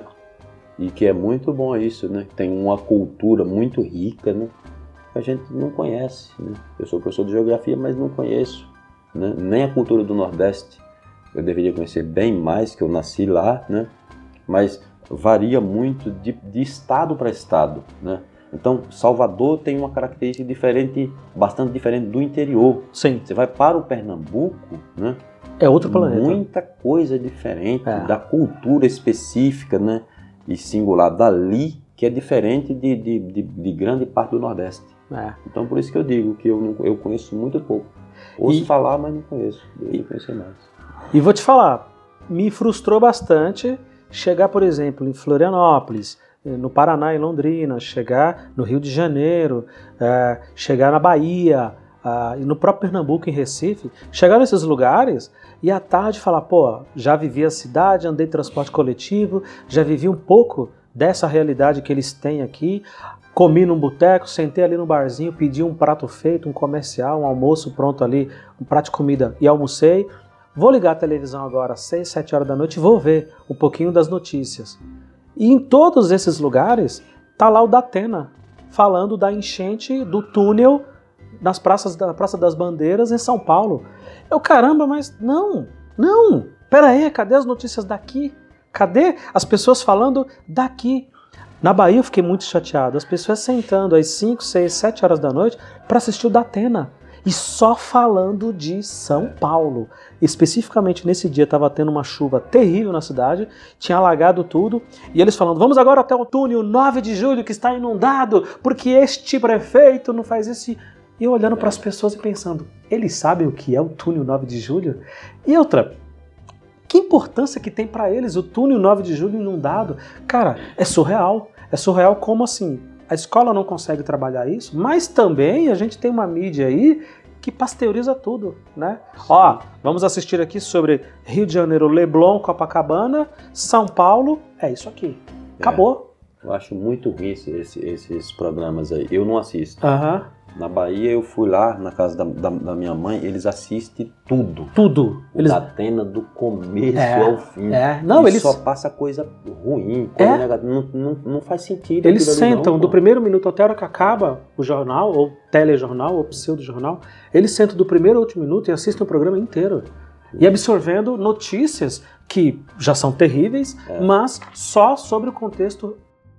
E que é muito bom isso, né? Tem uma cultura muito rica, né? Que a gente não conhece, né? Eu sou professor de geografia, mas não conheço, né? Nem a cultura do Nordeste. Eu deveria conhecer bem mais, que eu nasci lá, né? Mas varia muito de, de estado para estado, né? Então, Salvador tem uma característica diferente, bastante diferente do interior.
Sim.
Você vai para o Pernambuco, né?
É outro planeta.
Muita coisa diferente
é.
da cultura específica, né? E singular dali, que é diferente de, de, de, de grande parte do Nordeste.
É.
Então, por isso que eu digo que eu, não, eu conheço muito pouco. Ouço
e,
falar, mas não conheço. Eu conhecer mais.
E vou te falar, me frustrou bastante chegar, por exemplo, em Florianópolis, no Paraná, em Londrina, chegar no Rio de Janeiro, é, chegar na Bahia, é, e no próprio Pernambuco, em Recife, chegar nesses lugares e à tarde falar, pô, já vivi a cidade, andei em transporte coletivo, já vivi um pouco dessa realidade que eles têm aqui, comi num boteco, sentei ali no barzinho, pedi um prato feito, um comercial, um almoço pronto ali, um prato de comida e almocei. Vou ligar a televisão agora às seis, sete horas da noite e vou ver um pouquinho das notícias. E em todos esses lugares tá lá o Datena falando da enchente do túnel nas praças da Praça das Bandeiras em São Paulo. Eu, caramba, mas não, não, pera aí, cadê as notícias daqui? Cadê as pessoas falando daqui? Na Bahia eu fiquei muito chateado, as pessoas sentando às cinco, seis, sete horas da noite para assistir o Datena. E só falando de São Paulo. Especificamente nesse dia estava tendo uma chuva terrível na cidade, tinha alagado tudo, e eles falando, vamos agora até o túnel nove de julho que está inundado, porque este prefeito não faz isso. E eu olhando para as pessoas e pensando, eles sabem o que é o túnel nove de julho? E outra, que importância que tem para eles o túnel nove de julho inundado? Cara, é surreal. É surreal como assim... A escola não consegue trabalhar isso, mas também a gente tem uma mídia aí que pasteuriza tudo, né? Sim. Ó, vamos assistir aqui sobre Rio de Janeiro, Leblon, Copacabana, São Paulo, é isso aqui. Acabou.
É, eu acho muito ruim esse, esse, esses programas aí. Eu não assisto.
Aham. Uh-huh.
Na Bahia eu fui lá, na casa da, da, da minha mãe, eles assistem tudo.
Tudo.
O
eles...
Datena do começo
é,
ao fim.
É. Não,
eles
eles
só passa coisa ruim, coisa
é?
negativa. Não, não, não faz sentido.
Eles sentam
não,
do primeiro minuto até a hora que acaba o jornal, ou telejornal, ou pseudo-jornal, eles sentam do primeiro ao último minuto e assistem o programa inteiro. E absorvendo notícias que já são terríveis, é. mas só sobre o contexto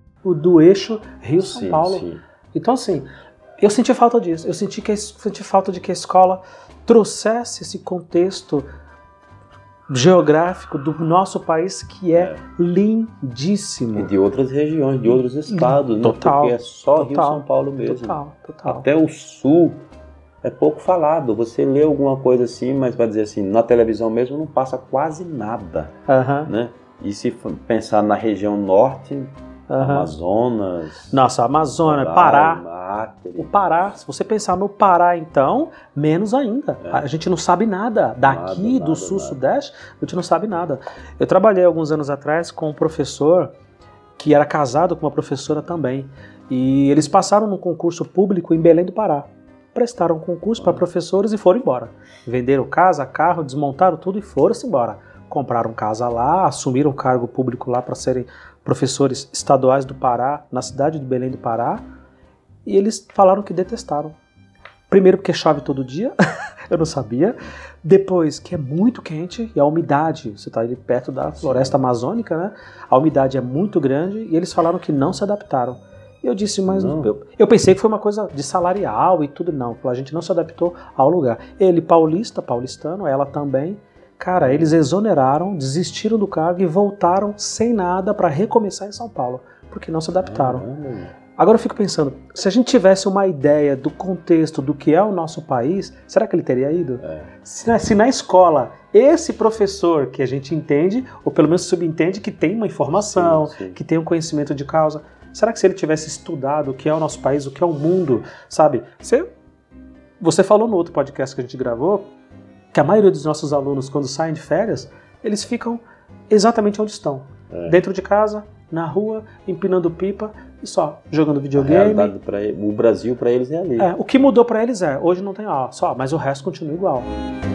do eixo Rio-São Paulo. Sim. Então assim... Eu senti falta disso, eu senti, que, eu senti falta de que a escola trouxesse esse contexto geográfico do nosso país que é, é. lindíssimo.
E de outras regiões, de outros estados,
total,
né? Porque é só
total,
Rio São Paulo mesmo.
Total, total.
Até o sul é pouco falado, você lê alguma coisa assim, mas vai dizer assim, na televisão mesmo não passa quase nada.
Uh-huh.
Né? E se pensar na região norte,
uh-huh.
Amazonas...
Nossa, Amazônia, Pará...
Acre,
O Pará, se você pensar no Pará, então, menos ainda. É. A gente não sabe nada. Daqui, nada, do sul-sudeste, a gente não sabe nada. Eu trabalhei alguns anos atrás com um professor que era casado com uma professora também. E eles passaram num concurso público em Belém do Pará. Prestaram um concurso ah. para professores e foram embora. Venderam casa, carro, desmontaram tudo e foram-se embora. Compraram casa lá, assumiram um cargo público lá para serem professores estaduais do Pará, na cidade de Belém do Pará, e eles falaram que detestaram. Primeiro porque chove todo dia, eu não sabia. Depois que é muito quente e a umidade, você está ali perto da floresta amazônica, né? A umidade é muito grande e eles falaram que não se adaptaram. Eu disse, mas eu, eu pensei que foi uma coisa de salarial e tudo, não. A gente não se adaptou ao lugar. Ele, paulista, paulistano, ela também. Cara, eles exoneraram, desistiram do cargo e voltaram sem nada para recomeçar em São Paulo, porque não se adaptaram. Agora eu fico pensando, se a gente tivesse uma ideia do contexto do que é o nosso país, será que ele teria ido? É. Se, na, se na escola esse professor que a gente entende, ou pelo menos subentende que tem uma informação, sim, sim. que tem um conhecimento de causa, será que se ele tivesse estudado o que é o nosso país, o que é o mundo, sabe? Você, você falou no outro podcast que a gente gravou, que a maioria dos nossos alunos, quando saem de férias, eles ficam exatamente onde estão. É. Dentro de casa, na rua, empinando pipa e só, jogando videogame.
Pra ele, o Brasil para eles é ali.
É, o que mudou para eles é, hoje não tem ó, só, mas o resto continua igual.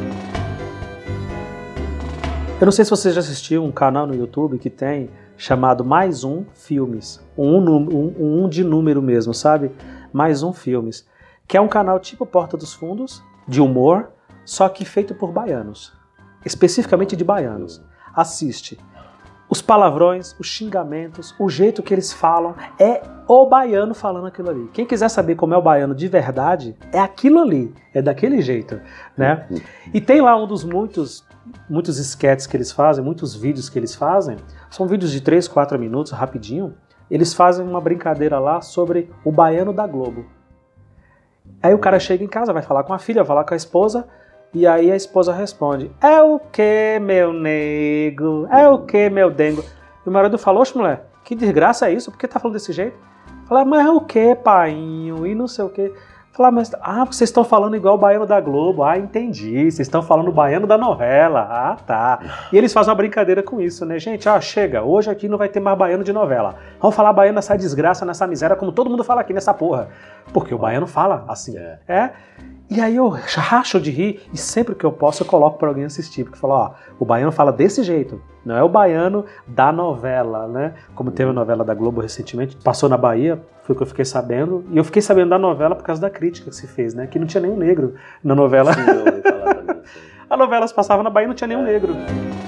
Eu não sei se você já assistiu um canal no YouTube que tem chamado Mais Um Filmes. Um, um, um, um de número mesmo, sabe? Mais Um Filmes. Que é um canal tipo Porta dos Fundos, de humor, só que feito por baianos, especificamente de baianos. Assiste. Os palavrões, os xingamentos, o jeito que eles falam, é o baiano falando aquilo ali. Quem quiser saber como é o baiano de verdade, é aquilo ali, é daquele jeito, né? E tem lá um dos muitos, muitos sketches que eles fazem, muitos vídeos que eles fazem, são vídeos de três, quatro minutos, rapidinho, eles fazem uma brincadeira lá sobre o baiano da Globo. Aí o cara chega em casa, vai falar com a filha, vai falar com a esposa, e aí a esposa responde, é o que, meu nego? É o que, meu dengo? E o marido falou, oxe, mulher, que desgraça é isso? Por que tá falando desse jeito? Fala, mas é o que, painho? E não sei o que. Fala, mas, ah, vocês estão falando igual o baiano da Globo. Ah, entendi. Vocês estão falando o baiano da novela. Ah, tá. E eles fazem uma brincadeira com isso, né? Gente, ó, chega, hoje aqui não vai ter mais baiano de novela. Vamos falar baiano nessa desgraça, nessa miséria, como todo mundo fala aqui nessa porra. Porque o baiano fala assim. É. é? E aí eu racho de rir e sempre que eu posso eu coloco para alguém assistir, porque fala, ó, o baiano fala desse jeito, não é o baiano da novela, né? Como teve a novela da Globo recentemente, passou na Bahia, foi o que eu fiquei sabendo, e eu fiquei sabendo da novela por causa da crítica que se fez, né? Que não tinha nenhum negro na novela. Sim, eu ouvi falar também. A novela se passava na Bahia e não tinha nenhum é, negro.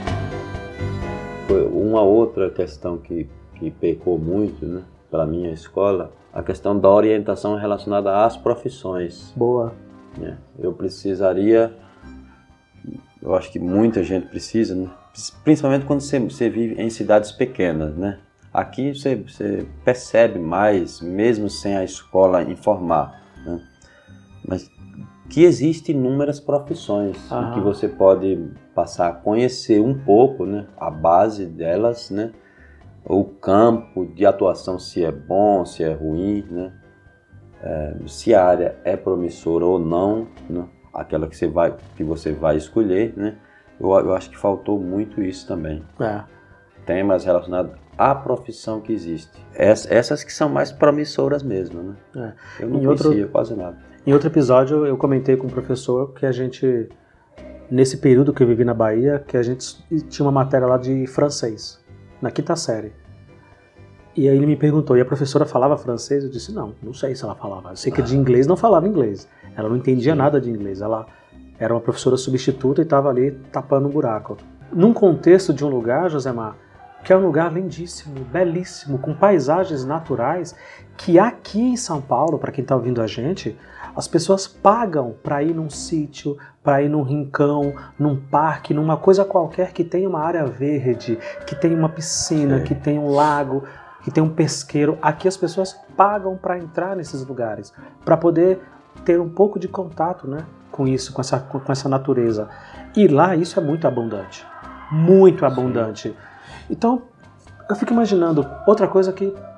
Foi uma outra questão que, que pecou muito, né, para minha escola, a questão da orientação relacionada às profissões.
Boa.
Eu precisaria, eu acho que muita gente precisa, né? Principalmente quando você, você vive em cidades pequenas, né? Aqui você, você percebe mais, mesmo sem a escola informar, né? Mas que existem inúmeras profissões em que você pode passar a conhecer um pouco, né? A base delas, né? O campo de atuação, se é bom, se é ruim, né? É, se a área é promissora ou não, né? Aquela que você vai, que você vai escolher, né? Eu, eu acho que faltou muito isso também.
É.
Temas relacionados à profissão que existe. Essas, essas que são mais promissoras mesmo, né? É. Eu não em conhecia outro, quase nada.
Em outro episódio eu comentei com o professor que a gente, nesse período que eu vivi na Bahia, que a gente tinha uma matéria lá de francês, na quinta série. E aí ele me perguntou, e a professora falava francês? Eu disse, não, não sei se ela falava. Eu sei que de inglês não falava inglês. Ela não entendia nada de inglês. Ela era uma professora substituta e estava ali tapando um buraco. Num contexto de um lugar, Josemar, que é um lugar lindíssimo, belíssimo, com paisagens naturais, que aqui em São Paulo, para quem está ouvindo a gente, as pessoas pagam para ir num sítio, para ir num rincão, num parque, numa coisa qualquer que tenha uma área verde, que tenha uma piscina, Sim. que tenha um lago, que tem um pesqueiro. Aqui as pessoas pagam para entrar nesses lugares, para poder ter um pouco de contato, né, com isso, com essa, com essa natureza. E lá isso é muito abundante, muito abundante. Sim. Então, eu fico imaginando outra coisa que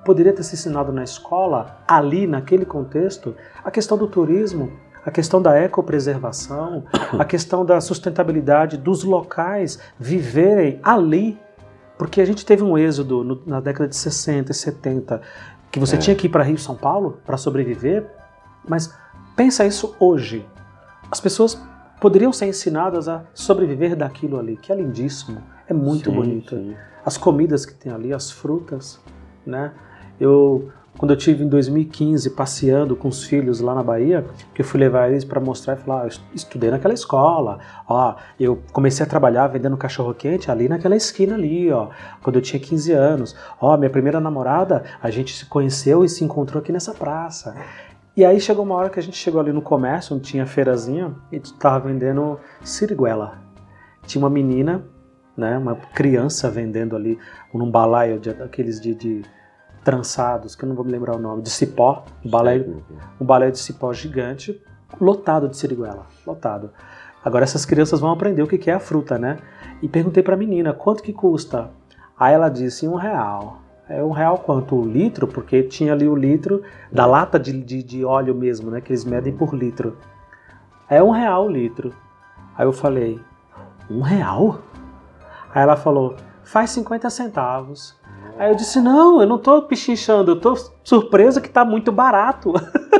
poderia ter se ensinado na escola, ali, naquele contexto, a questão do turismo, a questão da ecopreservação, a questão da sustentabilidade dos locais viverem ali. Porque a gente teve um êxodo no, na década de sessenta e setenta, que você é. tinha que ir para Rio e São Paulo para sobreviver, mas pensa isso hoje. As pessoas poderiam ser ensinadas a sobreviver daquilo ali, que é lindíssimo, é muito sim, bonito. Sim. As comidas que tem ali, as frutas, né? Eu, quando eu tive em dois mil e quinze passeando com os filhos lá na Bahia, que eu fui levar eles para mostrar e falar, ah, eu estudei naquela escola, ó, eu comecei a trabalhar vendendo cachorro-quente ali naquela esquina ali, ó, quando eu tinha quinze anos. Ó, minha primeira namorada, a gente se conheceu e se encontrou aqui nessa praça. E aí chegou uma hora que a gente chegou ali no comércio, onde tinha feirazinha, e tava vendendo siriguela. Tinha uma menina, né, uma criança vendendo ali num balaio de, daqueles de, de trançados, que eu não vou me lembrar o nome, de cipó, um balaio, um balaio de cipó gigante, lotado de siriguela, lotado. Agora essas crianças vão aprender o que é a fruta, né? E perguntei pra menina, quanto que custa? Aí ela disse, um real. É um real quanto? O litro? Porque tinha ali o litro da lata de, de, de óleo mesmo, né? Que eles medem por litro. É um real o litro. Aí eu falei, um real? Aí ela falou, faz cinquenta centavos. Aí eu disse, não, eu não tô pichinchando, eu tô surpresa que tá muito barato.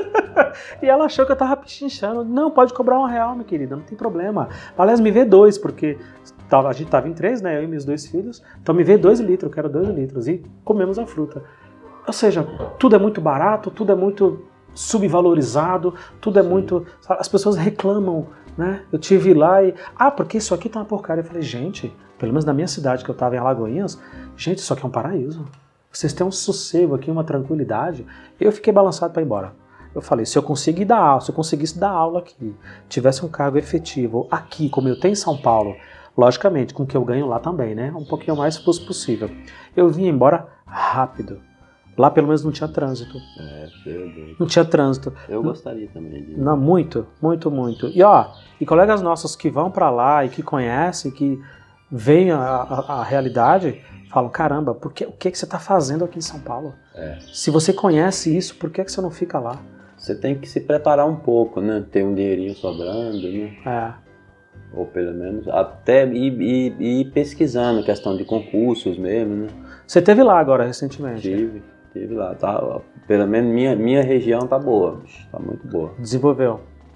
E ela achou que eu tava pichinchando. Não, pode cobrar um real, minha querida, não tem problema. Aliás, me vê dois, porque a gente tava em três, né, eu e meus dois filhos. Então me vê dois litros, eu quero dois litros. E comemos a fruta. Ou seja, tudo é muito barato, tudo é muito subvalorizado, tudo é Sim. muito... As pessoas reclamam, né? Eu tive lá e... Ah, porque isso aqui tá uma porcaria. Eu falei, gente, pelo menos na minha cidade, que eu tava em Alagoinhas, gente, isso aqui é um paraíso. Vocês têm um sossego aqui, uma tranquilidade. Eu fiquei balançado para ir embora. Eu falei, se eu conseguir dar aula, se eu conseguisse dar aula aqui, tivesse um cargo efetivo aqui, como eu tenho em São Paulo, logicamente, com o que eu ganho lá também, né? Um pouquinho mais se fosse possível. Eu vinha embora rápido. Lá pelo menos não tinha trânsito.
É, meu Deus.
Não tinha trânsito.
Eu gostaria também de...
Não, muito, muito, muito. E ó, e colegas nossos que vão para lá e que conhecem, que veem a, a, a realidade, falam, caramba, por que, o que, que você está fazendo aqui em São Paulo? É. Se você conhece isso, por que, que você não fica lá?
Você tem que se preparar um pouco, né? Ter um dinheirinho sobrando, né?
É.
Ou pelo menos até ir, ir, ir pesquisando questão de concursos mesmo, né?
Você esteve lá agora recentemente?
Tive, tive lá. Tá, pelo menos minha, minha região tá boa, tá muito boa.
Desenvolveu?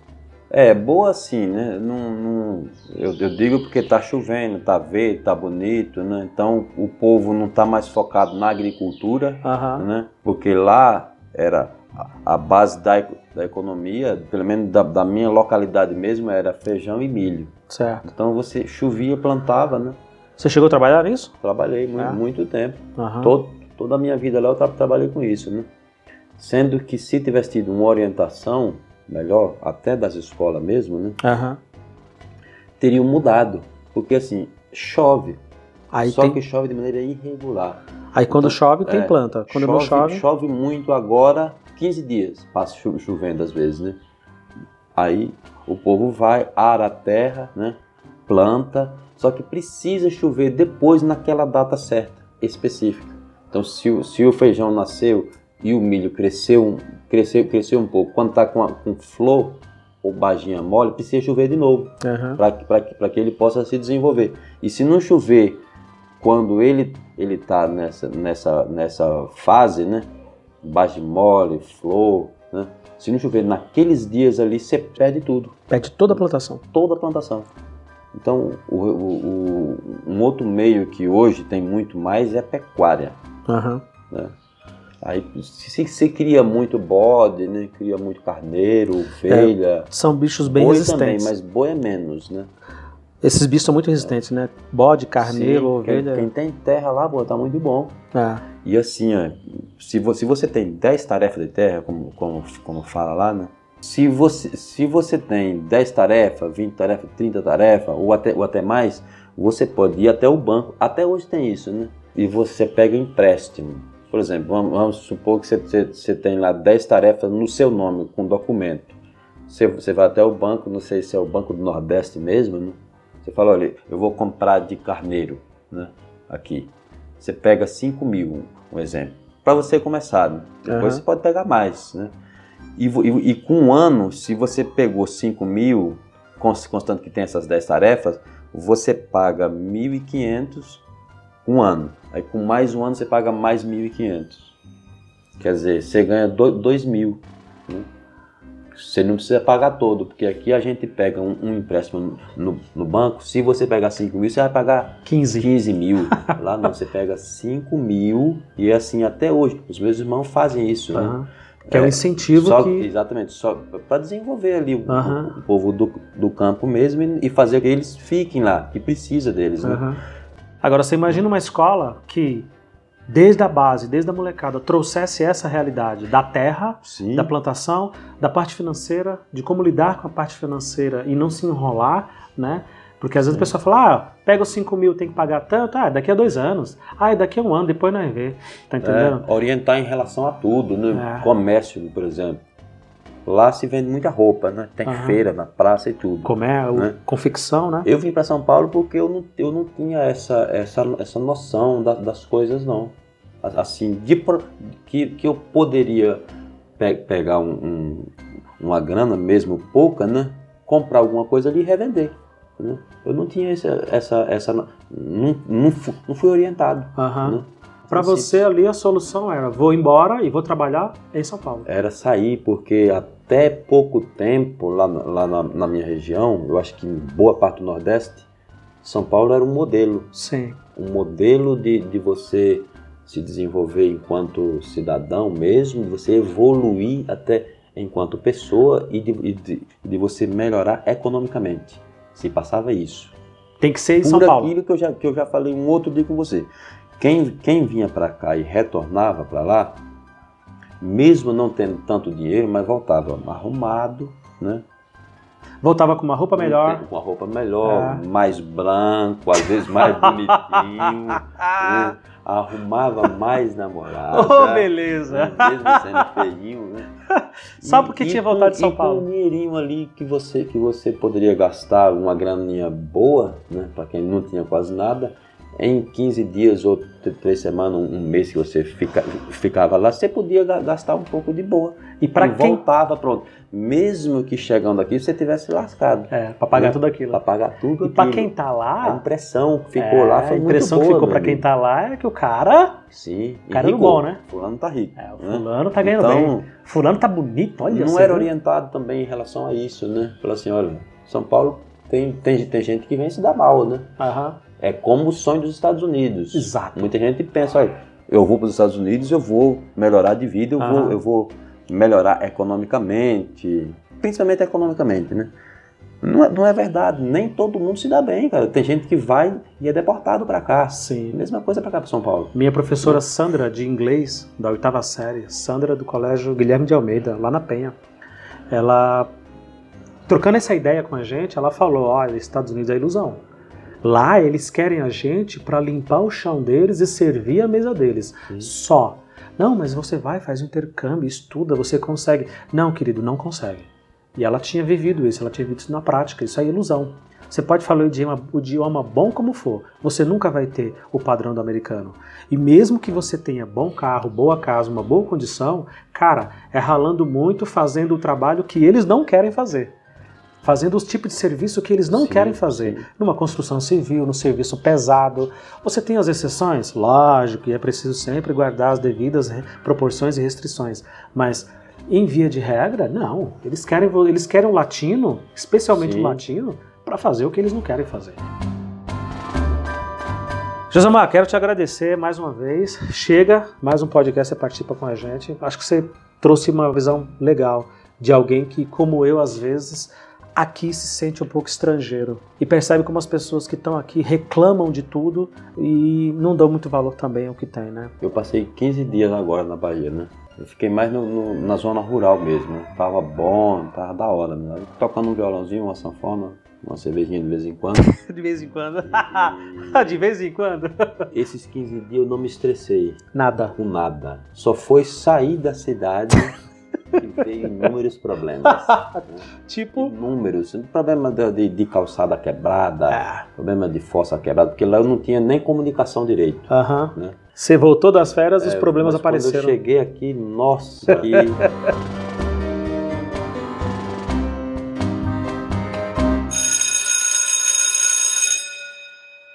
É, boa sim, né? Não, não, eu, eu digo porque tá chovendo, tá verde, tá bonito, né? Então o povo não tá mais focado na agricultura, uhum. né? Porque lá era a base da, da economia, pelo menos da, da minha localidade mesmo, era feijão e milho.
Certo.
Então você chovia, plantava, né?
Você chegou a trabalhar nisso?
Trabalhei muito,
é.
muito tempo.
Uhum.
Todo, toda a minha vida lá eu tra trabalhei com isso, né? Sendo que se tivesse tido uma orientação melhor, até das escolas mesmo, né?
Uhum.
Teriam mudado. Porque assim, chove.
Aí
só
tem...
que chove de maneira irregular.
Aí quando
então,
chove tem
é,
planta. Quando
chove,
não chove...
Chove muito agora, quinze dias passa cho chovendo às vezes, né? Aí o povo vai, ara a terra, né? Planta, só que precisa chover depois naquela data certa, específica. Então se o, se o feijão nasceu e o milho cresceu, cresceu, cresceu um pouco, quando está com, a, com flor ou baginha mole, precisa chover de novo, uhum. para que ele possa se desenvolver. E se não chover quando ele ele está nessa, nessa, nessa fase, né? Base mole, flor, né? Se não chover naqueles dias ali, você perde tudo.
Perde toda a plantação.
Toda a plantação. Então, o, o, o, um outro meio que hoje tem muito mais é a pecuária.
Uhum.
Né? Aí se, se cria muito bode, né? Cria muito carneiro, ovelha.
É, são bichos bem
boi
resistentes.
Também, mas boi é menos, né?
Esses bichos são muito resistentes, né? Bode, carneiro,
Sim,
ovelha.
Quem, quem tem terra lá, pô, tá muito bom.
É.
E assim, ó, se, você, se você tem dez tarefas de terra, como, como, como fala lá, né? Se você, se você tem dez tarefas, vinte tarefas, trinta tarefas, ou até, ou até mais, você pode ir até o banco. Até hoje tem isso, né? E você pega empréstimo. Por exemplo, vamos, vamos supor que você, você, você tem lá dez tarefas no seu nome, com documento. Você, você vai até o banco, não sei se é o Banco do Nordeste mesmo, né? Você fala, olha, eu vou comprar de carneiro, né? Aqui. Você pega cinco mil, um exemplo. para você começar. Né? Depois uhum. você pode pegar mais. Né? E, e, e com um ano, se você pegou cinco mil, constando que tem essas dez tarefas, você paga mil e quinhentos um ano. Aí com mais um ano você paga mais mil e quinhentos. Quer dizer, você ganha dois mil. Né? Você não precisa pagar todo, porque aqui a gente pega um, um empréstimo no, no banco. Se você pegar cinco mil, você vai pagar
quinze,
quinze mil. Lá não, você pega cinco mil e assim até hoje. Os meus irmãos fazem isso.
Uhum.
Né?
Que é um incentivo
só,
que...
Exatamente, só para desenvolver ali o,
uhum.
o, o povo do, do campo mesmo e, e fazer que eles fiquem lá, que precisa deles. Né?
Uhum. Agora, você imagina uma escola que, desde a base, desde a molecada, trouxesse essa realidade da terra, Sim. da plantação, da parte financeira, de como lidar com a parte financeira e não se enrolar, né? Porque às vezes é. a pessoa fala, ah, pega os cinco mil, tem que pagar tanto, ah, daqui a dois anos, ah, daqui a um ano, depois nós vê, tá entendendo?
É, orientar em relação a tudo, né? É. Comércio, por exemplo. Lá se vende muita roupa, né? Tem uhum. feira na praça e tudo.
Comércio, né? Confecção, né?
Eu vim para São Paulo porque eu não, eu não tinha essa, essa, essa noção da, das coisas, não. Assim, de, que, que eu poderia pe pegar um, um, uma grana, mesmo pouca, né? Comprar alguma coisa ali e revender. Né? Eu não tinha essa... essa, essa não, não, fui, não fui orientado.
Uhum.
Né?
Para você ali a solução era, vou embora e vou trabalhar em São Paulo.
Era sair, porque até pouco tempo, lá, lá na, na minha região, eu acho que em boa parte do Nordeste, São Paulo era um modelo.
Sim.
Um modelo de, de você se desenvolver enquanto cidadão mesmo, de você evoluir até enquanto pessoa e de, de, de você melhorar economicamente. Se passava isso.
Tem que ser em
Por
São Paulo.
aquilo que eu já, que eu já falei um outro dia com você. Quem, quem vinha para cá e retornava para lá, mesmo não tendo tanto dinheiro, mas voltava arrumado, né?
Voltava com uma roupa melhor.
Com uma roupa melhor, é. mais branco, às vezes mais bonitinho, né? Arrumava mais namorada.
Oh, beleza!
Mesmo sendo feinho, né?
Só porque
e,
tinha
e
voltado de São
e
Paulo.
Com um dinheirinho ali que você, que você poderia gastar, uma graninha boa, né? Para quem não tinha quase nada, em quinze dias ou três semanas, um mês que você fica, ficava lá, você podia gastar um pouco de boa.
E para quem
voltava, pronto. Mesmo que chegando aqui você tivesse lascado.
É, para pagar né? tudo aquilo.
Para pagar tudo
E para quem tá lá,
a impressão que ficou é, lá foi muito boa. A impressão
que ficou para quem tá lá é que o cara,
sim,
o cara é bom, né?
Fulano tá rico.
É, o fulano né? tá ganhando
então,
bem. Fulano tá bonito, olha.
Não era orientado também em relação a isso, né? Falou assim, olha, São Paulo tem, tem, tem gente que vem se dar mal, né?
Aham.
É como o sonho dos Estados Unidos.
Exato.
Muita gente pensa, olha, eu vou para os Estados Unidos, eu vou melhorar de vida, eu, vou, eu vou melhorar economicamente, principalmente economicamente, né? Não é, não é verdade, nem todo mundo se dá bem, cara. Tem gente que vai e é deportado para cá.
Sim.
Mesma coisa para cá, para São Paulo.
Minha professora Sandra, de inglês, da oitava série, Sandra do Colégio Guilherme de Almeida, lá na Penha, ela, trocando essa ideia com a gente, ela falou, olha, Estados Unidos é ilusão. Lá eles querem a gente para limpar o chão deles e servir a mesa deles. Sim. Só. Não, mas você vai, faz um intercâmbio, estuda, você consegue. Não, querido, não consegue. E ela tinha vivido isso, ela tinha vivido isso na prática. Isso aí é ilusão. Você pode falar o idioma, o idioma bom como for, você nunca vai ter o padrão do americano. E mesmo que você tenha bom carro, boa casa, uma boa condição, cara, é ralando muito, fazendo o trabalho que eles não querem fazer. Fazendo os tipos de serviço que eles não sim, querem fazer. Sim. Numa construção civil, no serviço pesado. Você tem as exceções? Lógico, e é preciso sempre guardar as devidas proporções e restrições. Mas, em via de regra, não. Eles querem, eles querem um latino, especialmente sim. um latino, para fazer o que eles não querem fazer. Josemar, quero te agradecer mais uma vez. Chega, mais um podcast, você participa com a gente. Acho que você trouxe uma visão legal de alguém que, como eu, às vezes... aqui se sente um pouco estrangeiro e percebe como as pessoas que estão aqui reclamam de tudo e não dão muito valor também ao que tem, né?
Eu passei quinze dias agora na Bahia, né? Eu fiquei mais no, no, na zona rural mesmo, né? Tava bom, tava da hora, né? Tocando um violãozinho, uma sanfona, uma cervejinha de vez em quando.
De vez em quando? E... de vez em quando?
Esses quinze dias eu não me estressei.
Nada?
Com nada. Só foi sair da cidade... que veio inúmeros problemas. Né?
Tipo?
Inúmeros. Problema de, de calçada quebrada, ah. problema de fossa quebrada, porque lá eu não tinha nem comunicação direito.
Aham.
Né?
Você voltou das férias e
é,
os problemas
mas
apareceram.
Quando eu cheguei aqui, nossa, que...